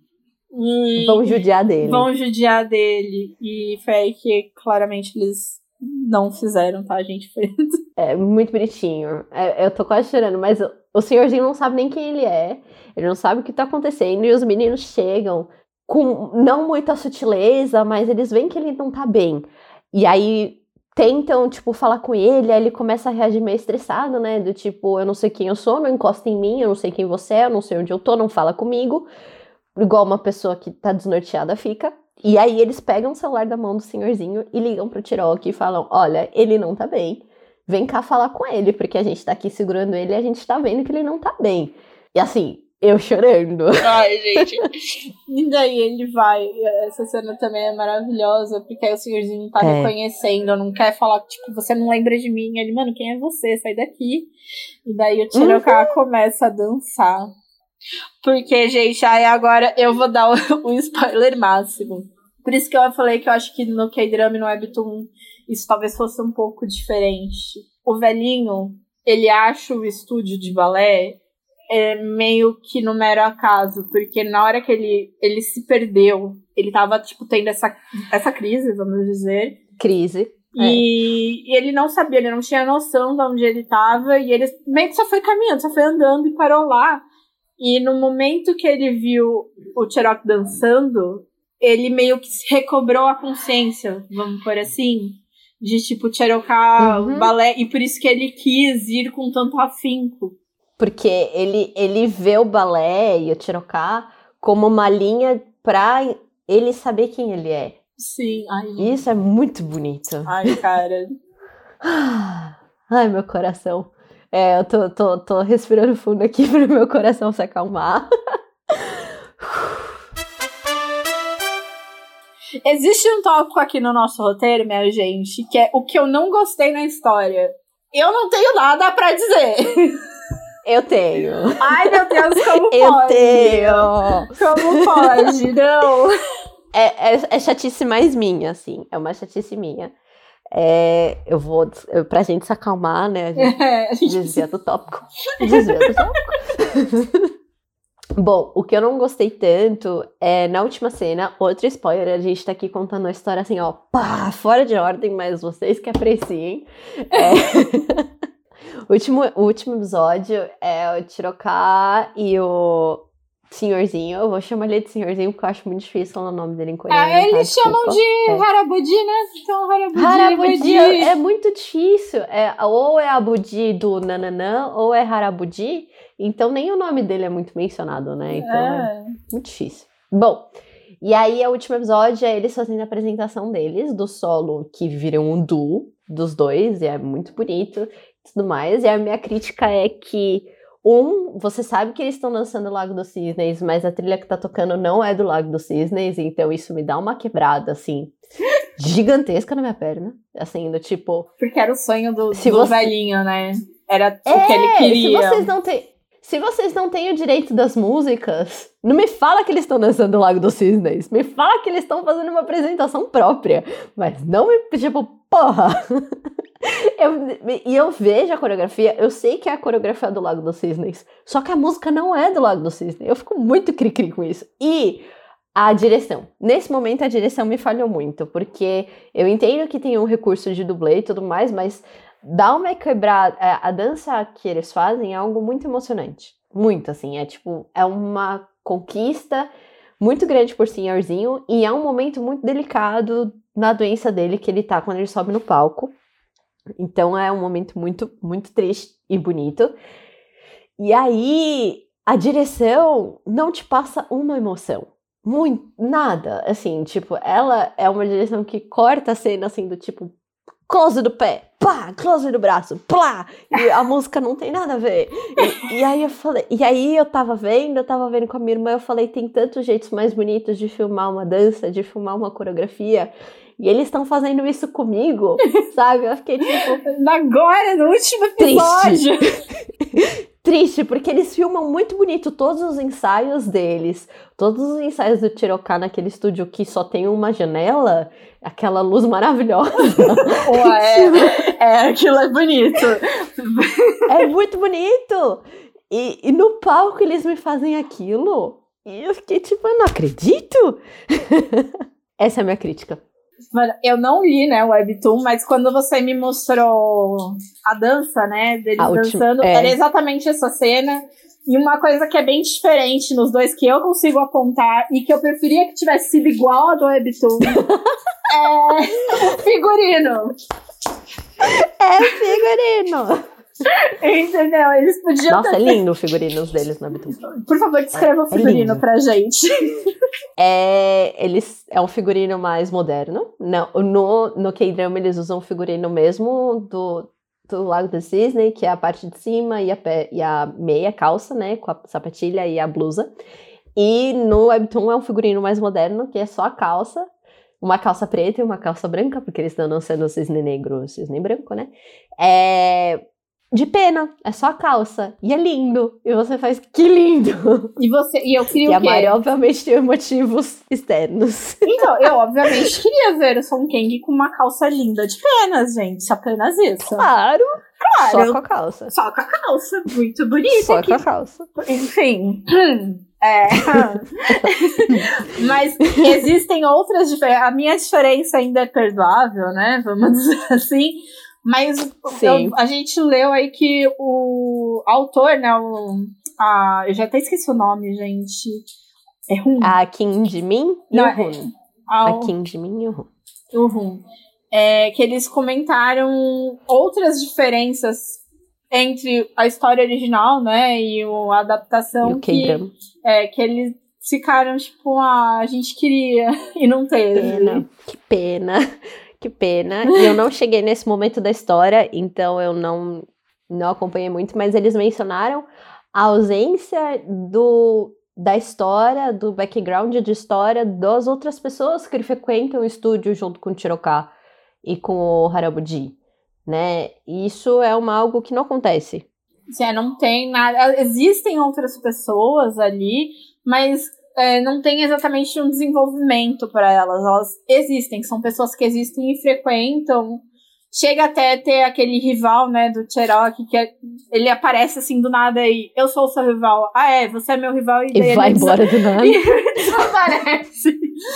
Vão judiar dele. E foi aí que claramente eles não fizeram, tá, gente? É muito bonitinho. Eu tô quase chorando, mas o senhorzinho não sabe nem quem ele é. Ele não sabe o que tá acontecendo. E os meninos chegam com não muita sutileza, mas eles veem que ele não tá bem. E aí tentam, tipo, falar com ele. Aí ele começa a reagir meio estressado, né? Do tipo, eu não sei quem eu sou, não encosta em mim. Eu não sei quem você é, eu não sei onde eu tô, não fala comigo. Igual uma pessoa que tá desnorteada fica. E aí eles pegam o celular da mão do senhorzinho e ligam pro Cherokee e falam, olha, ele não tá bem. Vem cá falar com ele, porque a gente tá aqui segurando ele e a gente tá vendo que ele não tá bem. E assim, eu chorando. Ai, gente. E daí ele vai. Essa cena também é maravilhosa, porque aí o senhorzinho tá reconhecendo, não quer falar, tipo, você não lembra de mim. Ele, mano, quem é você? Sai daqui. E daí o Cherokee começa a dançar. Porque, gente, aí agora eu vou dar o spoiler máximo. Por isso que eu falei que eu acho que no K-Drama e no Webtoon isso talvez fosse um pouco diferente. O velhinho, ele acha o estúdio de balé meio que no mero acaso, porque na hora que ele se perdeu, ele tava, tipo, tendo essa crise, vamos dizer. Crise. E ele não sabia, ele não tinha noção de onde ele tava, e ele meio que só foi caminhando, só foi andando e parou lá. E no momento que ele viu o Cherokee dançando, ele meio que recobrou a consciência, vamos por assim, de tipo Cherokee, balé, e por isso que ele quis ir com tanto afinco. Porque ele vê o balé e o Cherokee como uma linha pra ele saber quem ele é. Sim. Ai, isso é muito bonito. Ai, cara. Ai, meu coração. Eu tô respirando fundo aqui pro meu coração se acalmar. Existe um tópico aqui no nosso roteiro, minha gente, que é o que eu não gostei na história. Eu não tenho nada pra dizer. Eu tenho. Ai, meu Deus, como pode? Eu tenho. Como pode? Não. É chatice mais minha, assim. É uma chatice minha. Pra gente se acalmar, né? A gente desvia do tópico. Bom, o que eu não gostei tanto é, na última cena, outro spoiler, a gente tá aqui contando a história assim, ó, pá, fora de ordem, mas vocês que apreciem. O último episódio é o Cherokee e o senhorzinho, eu vou chamar ele de senhorzinho porque eu acho muito difícil falar o nome dele em coreano. Eles chamam de Harabudi, né? Então, Harabudi é muito difícil. Ou é Abudi do Nananã, ou é Harabudi. Então, nem o nome dele é muito mencionado, né? Então, é muito difícil. Bom, e aí, o último episódio é eles fazendo a apresentação deles, do solo, que viram um duo dos dois, e é muito bonito e tudo mais. E a minha crítica é que, você sabe que eles estão lançando o Lago dos Cisnes, mas a trilha que tá tocando não é do Lago dos Cisnes, então isso me dá uma quebrada, assim, gigantesca na minha perna. Assim, do tipo... Porque era o sonho do velhinho, né? Era o que ele queria. Se vocês não têm o direito das músicas, não me fala que eles estão dançando o Lago dos Cisnes. Me fala que eles estão fazendo uma apresentação própria. Mas não me... Tipo, porra... Eu vejo a coreografia, eu sei que é a coreografia do Lago dos Cisnes, só que a música não é do Lago dos Cisnes. Eu fico muito cri-cri com isso. E A direção. Nesse momento, a direção me falhou muito, porque eu entendo que tem um recurso de dublê e tudo mais, mas dá uma quebrada. A dança que eles fazem é algo muito emocionante. Muito, assim. É uma conquista muito grande por senhorzinho, e é um momento muito delicado na doença dele que ele tá quando ele sobe no palco. Então, é um momento muito, muito triste e bonito. E aí, a direção não te passa uma emoção. Muito, nada, assim, tipo, ela é uma direção que corta a cena, assim, do tipo, close do pé, pá, close do braço, plá, e a música não tem nada a ver. E aí eu falei, e aí eu tava vendo com a minha irmã, eu falei, tem tantos jeitos mais bonitos de filmar uma dança, de filmar uma coreografia, e eles estão fazendo isso comigo, sabe? Eu fiquei tipo... Agora, no último episódio! Triste, porque eles filmam muito bonito todos os ensaios deles. Todos os ensaios do Tirocá naquele estúdio que só tem uma janela, aquela luz maravilhosa. Aquilo é bonito. É muito bonito. E no palco eles me fazem aquilo. E eu fiquei tipo, eu não acredito. Essa é a minha crítica. Mano, eu não li, né, o Webtoon, mas quando você me mostrou a dança, né, deles dançando, era exatamente essa cena. E uma coisa que é bem diferente nos dois, que eu consigo apontar, e que eu preferia que tivesse sido igual a do Webtoon, é o figurino. É o figurino. Entendeu? Eles podiam... Nossa, é lindo o figurino deles no Webtoon. Por favor, descreva o figurino pra gente. É um figurino mais moderno. Não, no K-drama eles usam o figurino mesmo do Lago do Cisne, que é a parte de cima e a meia calça, né, com a sapatilha e a blusa. E no Webtoon é um figurino mais moderno, que é só a calça, uma calça preta e uma calça branca, porque eles estão lançando o cisne negro, o cisne branco, né? De pena, é só a calça. E é lindo. E você faz, que lindo! E eu queria o quê? E a Mari, obviamente, tem motivos externos. Então, eu, obviamente, queria ver o Song Kang com uma calça linda de penas, gente. Apenas isso. Claro. Só com a calça. Só com a calça. Muito bonita. Só com a calça. Enfim. Mas existem outras diferenças. A minha diferença ainda é perdoável, né? Vamos dizer assim. Mas a gente leu aí que o autor, né, eu já até esqueci o nome, gente. É Hun. A Kim Jimin e o Hun. A Kim Jimin e o Hun. O Hun. Que eles comentaram outras diferenças entre a história original, né, e a adaptação. E o K-drama. Que eles ficaram tipo, a gente queria e não teve. Que pena. Que pena. E eu não cheguei nesse momento da história, então eu não acompanhei muito, mas eles mencionaram a ausência da história, do background de história das outras pessoas que frequentam o estúdio junto com o Tirocá e com o Harabuji, né? E isso é algo que não acontece. Não tem nada. Existem outras pessoas ali, mas... não tem exatamente um desenvolvimento para elas. Elas existem, são pessoas que existem e frequentam. Chega até ter aquele rival, né, do Cherokee, que ele aparece assim do nada e eu sou o seu rival. Você é meu rival. E vai embora do nada. E desaparece.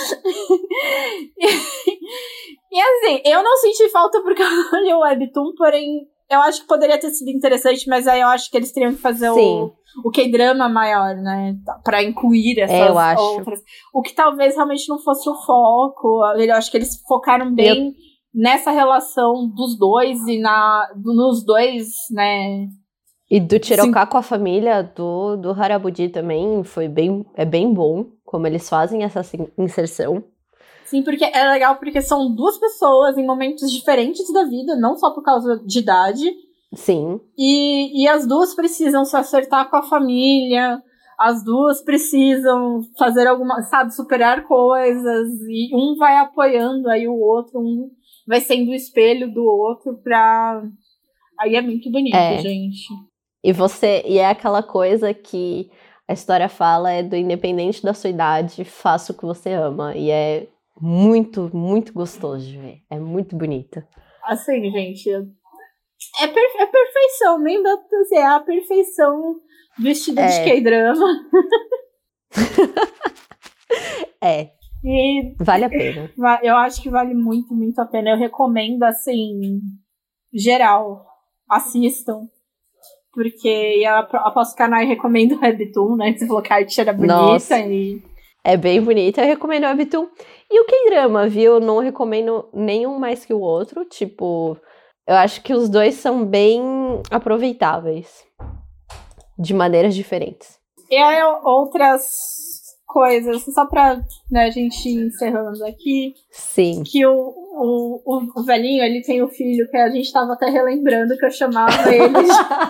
E assim, eu não senti falta porque eu não li o Webtoon, porém eu acho que poderia ter sido interessante, mas aí eu acho que eles teriam que fazer o K-drama maior, né? Pra incluir essas outras. O que talvez realmente não fosse o foco. Eu acho que eles focaram bem nessa relação dos dois e nos dois, né? E do Tirocá com a família do Harabuji também é bem bom como eles fazem essa inserção. Sim, porque é legal porque são duas pessoas em momentos diferentes da vida, não só por causa de idade. Sim. E as duas precisam se acertar com a família, as duas precisam fazer superar coisas, e um vai apoiando aí o outro, um vai sendo o espelho do outro Aí é muito bonito, gente. E é aquela coisa que a história fala, do independente da sua idade, faça o que você ama, e é muito, muito gostoso de ver, é muito bonito. Assim, gente... É perfeição, nem dá pra dizer, é a perfeição vestida de K-drama. E Vale a pena. eu acho que vale muito, muito a pena. Eu recomendo, assim, geral, assistam. Porque eu aposto que a Nai recomenda o Webtoon, né? Você falou que a arte era bonita. Nossa. E... É bem bonita, eu recomendo o Webtoon. E o K-drama, viu? Eu não recomendo nenhum mais que o outro. Tipo, eu acho que os dois são bem aproveitáveis. De maneiras diferentes. E aí, outras coisas, só pra, né, a gente ir encerrando aqui. Sim. Que o velhinho, ele tem o filho que a gente tava até relembrando que eu chamava ele de...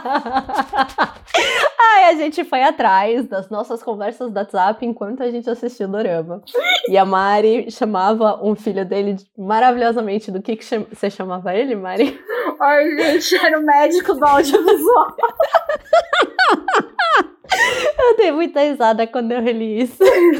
Ai, a gente foi atrás das nossas conversas do WhatsApp enquanto a gente assistiu o dorama. E a Mari chamava um filho dele maravilhosamente. Do que você chamava ele, Mari? Ai, gente, era o médico do audiovisual. Eu dei muita risada quando eu reli isso.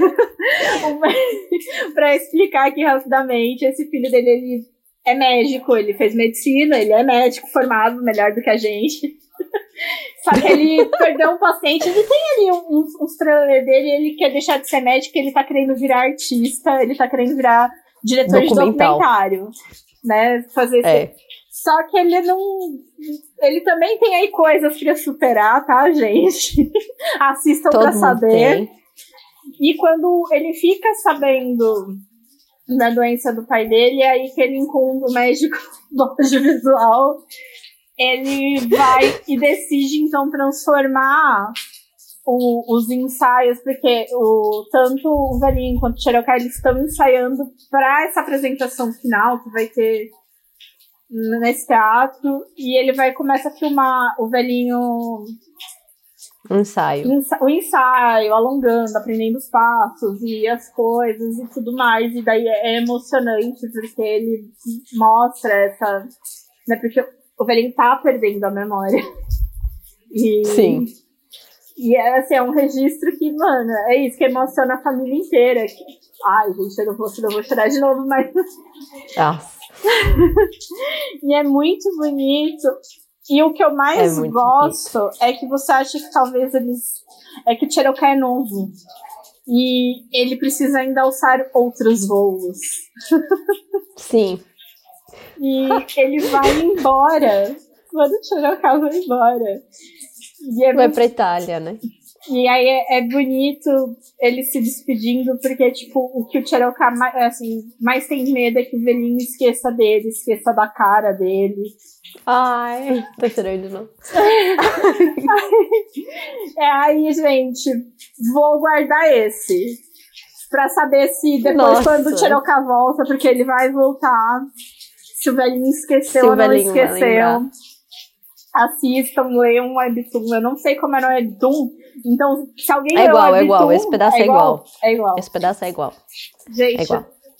Pra explicar aqui rapidamente, esse filho dele, ele é médico, ele fez medicina, ele é médico formado, melhor do que a gente. Só que ele perdeu um paciente, ele tem ali uns trailers dele, ele quer deixar de ser médico, ele tá querendo virar artista, ele tá querendo virar diretor de documentário, né, fazer esse... Só que ele não... Ele também tem aí coisas pra superar, tá, gente? Assistam pra saber. Tem. E quando ele fica sabendo da doença do pai dele, é aí que ele encontra o médico do audiovisual. Ele vai e decide, então, transformar os ensaios, porque tanto o velhinho quanto o Cherokee, eles estão ensaiando para essa apresentação final, que vai ter nesse teatro, e ele começa a filmar o velhinho... O ensaio, alongando, aprendendo os passos e as coisas e tudo mais. E daí é emocionante, porque ele mostra essa... Né, porque o velhinho tá perdendo a memória. Sim. E é um registro que, mano, é isso que emociona a família inteira. Ai, gente, eu não vou chorar de novo, mas... Nossa. E é muito bonito. E o que eu mais gosto é que você acha que talvez é que o Cherokee é novo. E ele precisa ainda alçar outros voos. Sim. E ele vai embora. Quando o Cherokee vai embora. E vai pra Itália, né? E aí é bonito ele se despedindo, porque, tipo, o que o Cherokee mais tem medo é que o velhinho esqueça dele, esqueça da cara dele. Ai, tô chorando de novo. Aí, gente, vou guardar esse. Pra saber se depois, quando o Cherokee volta, porque ele vai voltar, se o velhinho esqueceu ou não esqueceu. Assistam, leiam o Webtoon. Eu não sei como era o Webtoon, então se alguém leu o Webtoon... É igual, esse pedaço é igual. É igual. Esse pedaço é igual. Gente, igual.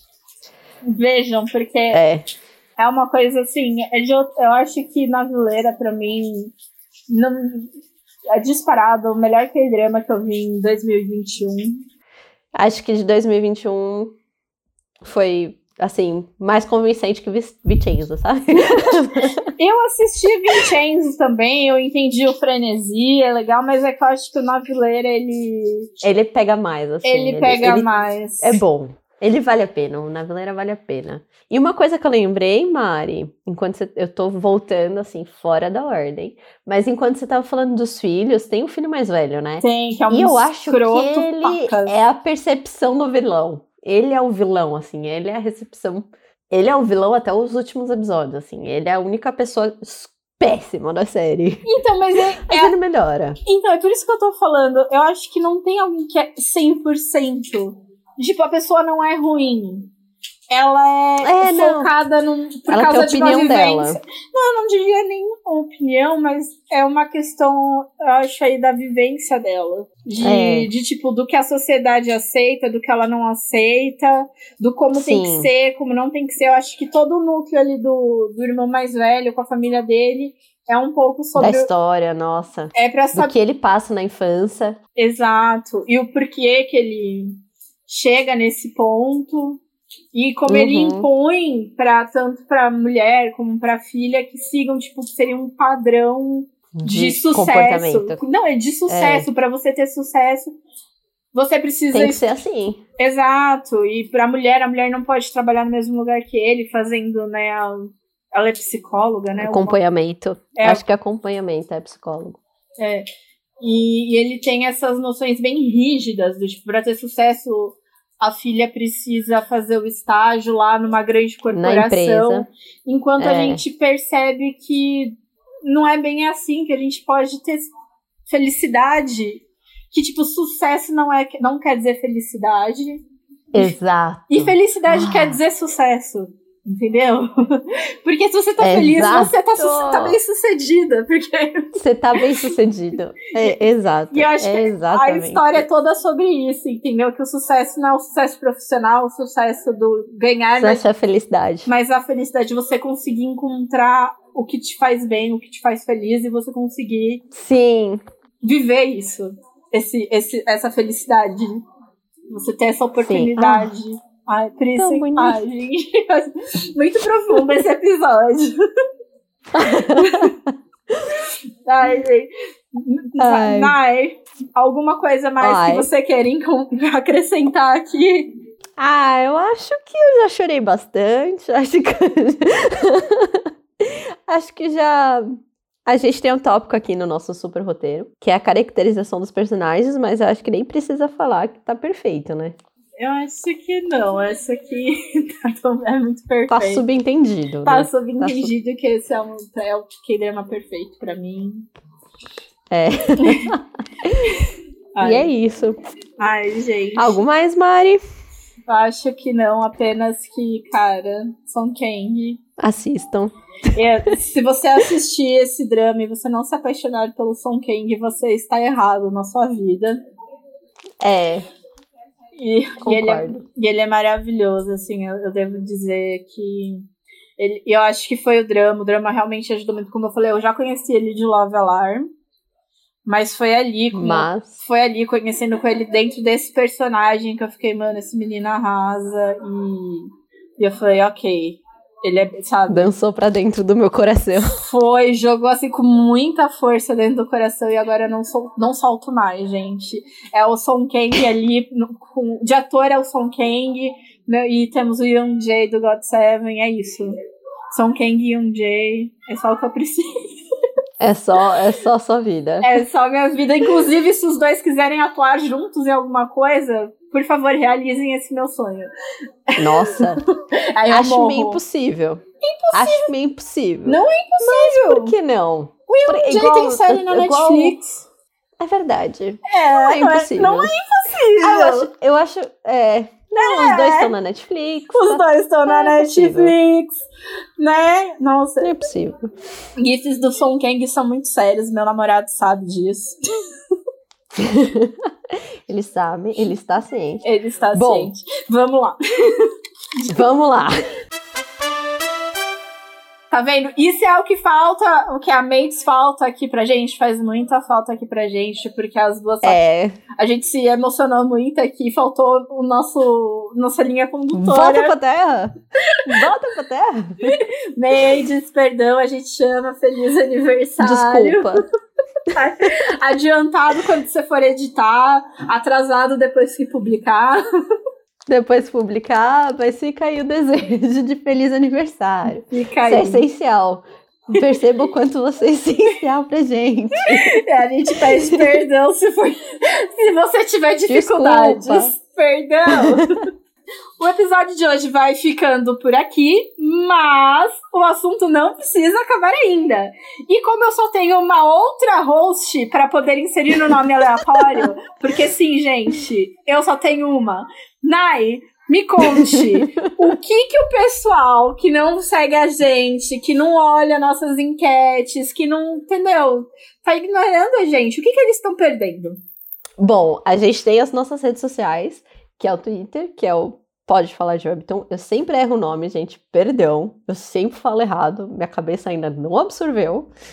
Vejam, porque é uma coisa assim, eu acho que Navileira, pra mim, não, é disparado o melhor K-drama que eu vi em 2021. Acho que de 2021 foi... assim, mais convincente que Vincenzo, sabe? Eu assisti Vincenzo também, eu entendi o frenesi, é legal, mas é que eu acho que o Navileira, ele pega mais, assim. Ele pega mais. É bom. Ele vale a pena, o Navileira vale a pena. E uma coisa que eu lembrei, Mari, eu tô voltando, assim, fora da ordem, mas enquanto você tava falando dos filhos, tem o filho mais velho, né? Tem, que é um e eu acho que ele pacas. é a percepção do vilão. Ele é o vilão, assim, ele é a recepção. Ele é o vilão até os últimos episódios, assim. Ele é a única pessoa péssima da série. Então, mas ele melhora. Então, é por isso que eu tô falando. Eu acho que não tem alguém que é 100%. Tipo, a pessoa não é ruim. Ela é focada por ela causa tem de uma opinião vivência. dela. Não, eu não diria nem opinião, mas é uma questão, eu acho, aí da vivência dela. De tipo, do que a sociedade aceita, do que ela não aceita, do como tem que ser, como não tem que ser. Eu acho que todo o núcleo ali do irmão mais velho, com a família dele, é um pouco sobre... Da história, nossa. É pra saber... Do que ele passa na infância. Exato. E o porquê que ele chega nesse ponto... E como ele impõe tanto pra mulher como pra filha que sigam, tipo, seria um padrão de sucesso. Comportamento. Não, é de sucesso. Pra você ter sucesso, Você precisa... Tem que ser assim. Exato. E pra mulher, a mulher não pode trabalhar no mesmo lugar que ele, fazendo, né? Ela é psicóloga, né? Acompanhamento. Acho que acompanhamento é psicólogo. É. E ele tem essas noções bem rígidas, do tipo, pra ter sucesso, a filha precisa fazer o estágio lá numa grande corporação, enquanto a gente percebe que não é bem assim, que a gente pode ter felicidade, que tipo, sucesso não quer dizer felicidade. Exato. E felicidade quer dizer sucesso. Entendeu? Porque se você tá feliz, você tá bem sucedida. Porque... Você tá bem sucedido. Exato. E eu acho que a história é toda sobre isso, entendeu? Que o sucesso não é o sucesso profissional, o sucesso do ganhar. Sucesso é a felicidade. Mas a felicidade é você conseguir encontrar o que te faz bem, o que te faz feliz, e você conseguir viver isso. Essa felicidade. Você ter essa oportunidade. Ai, por isso, gente, muito profundo esse episódio. Ai, gente. Nai, alguma coisa mais que você queira acrescentar aqui? Eu acho que eu já chorei bastante. Acho que já... A gente tem um tópico aqui no nosso super roteiro, que é a caracterização dos personagens, mas eu acho que nem precisa falar que tá perfeito, né? Eu acho que não, essa aqui é muito perfeito. Tá subentendido. Tá subentendido que esse é o K-drama perfeito pra mim. E é isso. Ai, gente. Algo mais, Mari? Eu acho que não, apenas que, cara, Song Kang. Assistam. Se você assistir esse drama e você não se apaixonar pelo Song Kang, você está errado na sua vida. E ele é maravilhoso, assim, eu devo dizer que eu acho que foi o drama realmente ajudou muito, como eu falei, eu já conheci ele de Love Alarm, mas foi ali conhecendo com ele dentro desse personagem que eu fiquei, mano, esse menino arrasa, e eu falei, ok, ele é, sabe? Dançou pra dentro do meu coração. Jogou assim com muita força dentro do coração e agora eu não solto mais, gente. É o Song Kang ali, de ator é o Song Kang, né, e temos o Yoon Jae do GOT7, é isso. Song Kang e Yoon Jae, é só o que eu preciso. É só sua vida. É só minha vida. Inclusive, se os dois quiserem atuar juntos em alguma coisa, por favor, realizem esse meu sonho. Nossa. Acho meio impossível. Acho meio impossível. Não é impossível. Mas por que não? O Yoon Jae tem série na Netflix. É verdade. Não é impossível. Não é impossível. Eu acho... os dois estão na Netflix. Os dois estão na Netflix. Né? Nossa. Não é possível. GIFs do Song Kang são muito sérios. Meu namorado sabe disso. Ele sabe. Ele está ciente. Ele está ciente. Vamos lá. Vamos lá. Tá vendo? Isso é o que falta, o que a Mates falta aqui pra gente, faz muita falta aqui pra gente, porque as duas... A gente se emocionou muito aqui, faltou nossa linha condutora. Volta pra terra! Volta pra terra! Mates, perdão, a gente chama, feliz aniversário. Desculpa. Adiantado quando você for editar, atrasado depois que publicar. Depois de publicar, mas fica aí o desejo de feliz aniversário. Fica aí. Isso é essencial. Perceba o quanto você é essencial pra gente. A gente pede perdão se você tiver dificuldades. Desculpa. Perdão. O episódio de hoje vai ficando por aqui, mas o assunto não precisa acabar ainda. E como eu só tenho uma outra host para poder inserir no nome aleatório, porque sim, gente, eu só tenho uma. Nai, me conte, o que o pessoal que não segue a gente, que não olha nossas enquetes, que não, entendeu? Tá ignorando a gente, o que eles estão perdendo? Bom, a gente tem as nossas redes sociais, que é o Twitter, que é o Pode Falar de Webtoon. Eu sempre erro o nome, gente, perdão. Eu sempre falo errado, minha cabeça ainda não absorveu.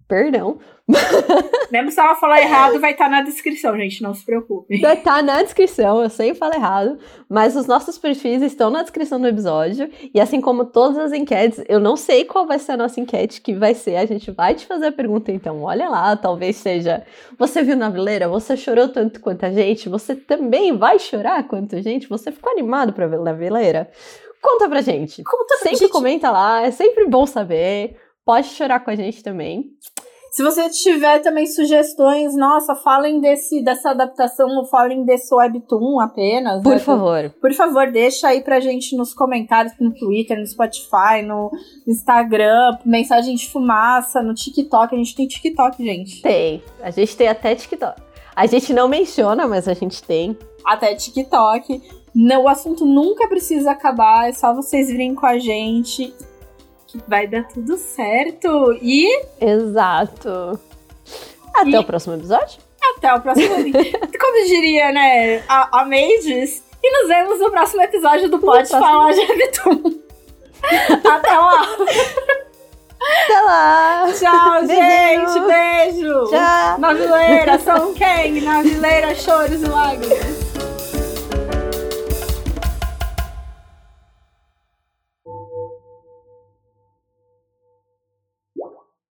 Perdão. Mesmo se ela falar errado, vai estar na descrição, gente, não se preocupe. Tá na descrição, eu sempre falo errado, mas os nossos perfis estão na descrição do episódio, e assim como todas as enquetes, eu não sei qual vai ser a nossa enquete, que vai ser, a gente vai te fazer a pergunta, então olha lá, talvez seja, você viu Navileira? Você chorou tanto quanto a gente? Você também vai chorar quanto a gente? Você ficou animado pra ver Navileira? Conta pra gente. Sempre comenta lá, é sempre bom saber, pode chorar com a gente também. Se você tiver também sugestões, nossa, falem dessa adaptação ou falem desse webtoon apenas. Por favor. Por favor, deixa aí pra gente nos comentários, no Twitter, no Spotify, no Instagram, mensagem de fumaça, no TikTok. A gente tem TikTok, gente. Tem. A gente tem até TikTok. A gente não menciona, mas a gente tem. Até TikTok. Não, o assunto nunca precisa acabar, é só vocês virem com a gente. Vai dar tudo certo. E... Exato. Até o próximo episódio. Até o próximo. Como diria, né, a May diz. E nos vemos no próximo episódio do Pode Falar de Webtoon. Até lá. Até lá. Tchau, gente. Beijo. Tchau. Navileira, São Kang, Navileira, choros e lágrimas.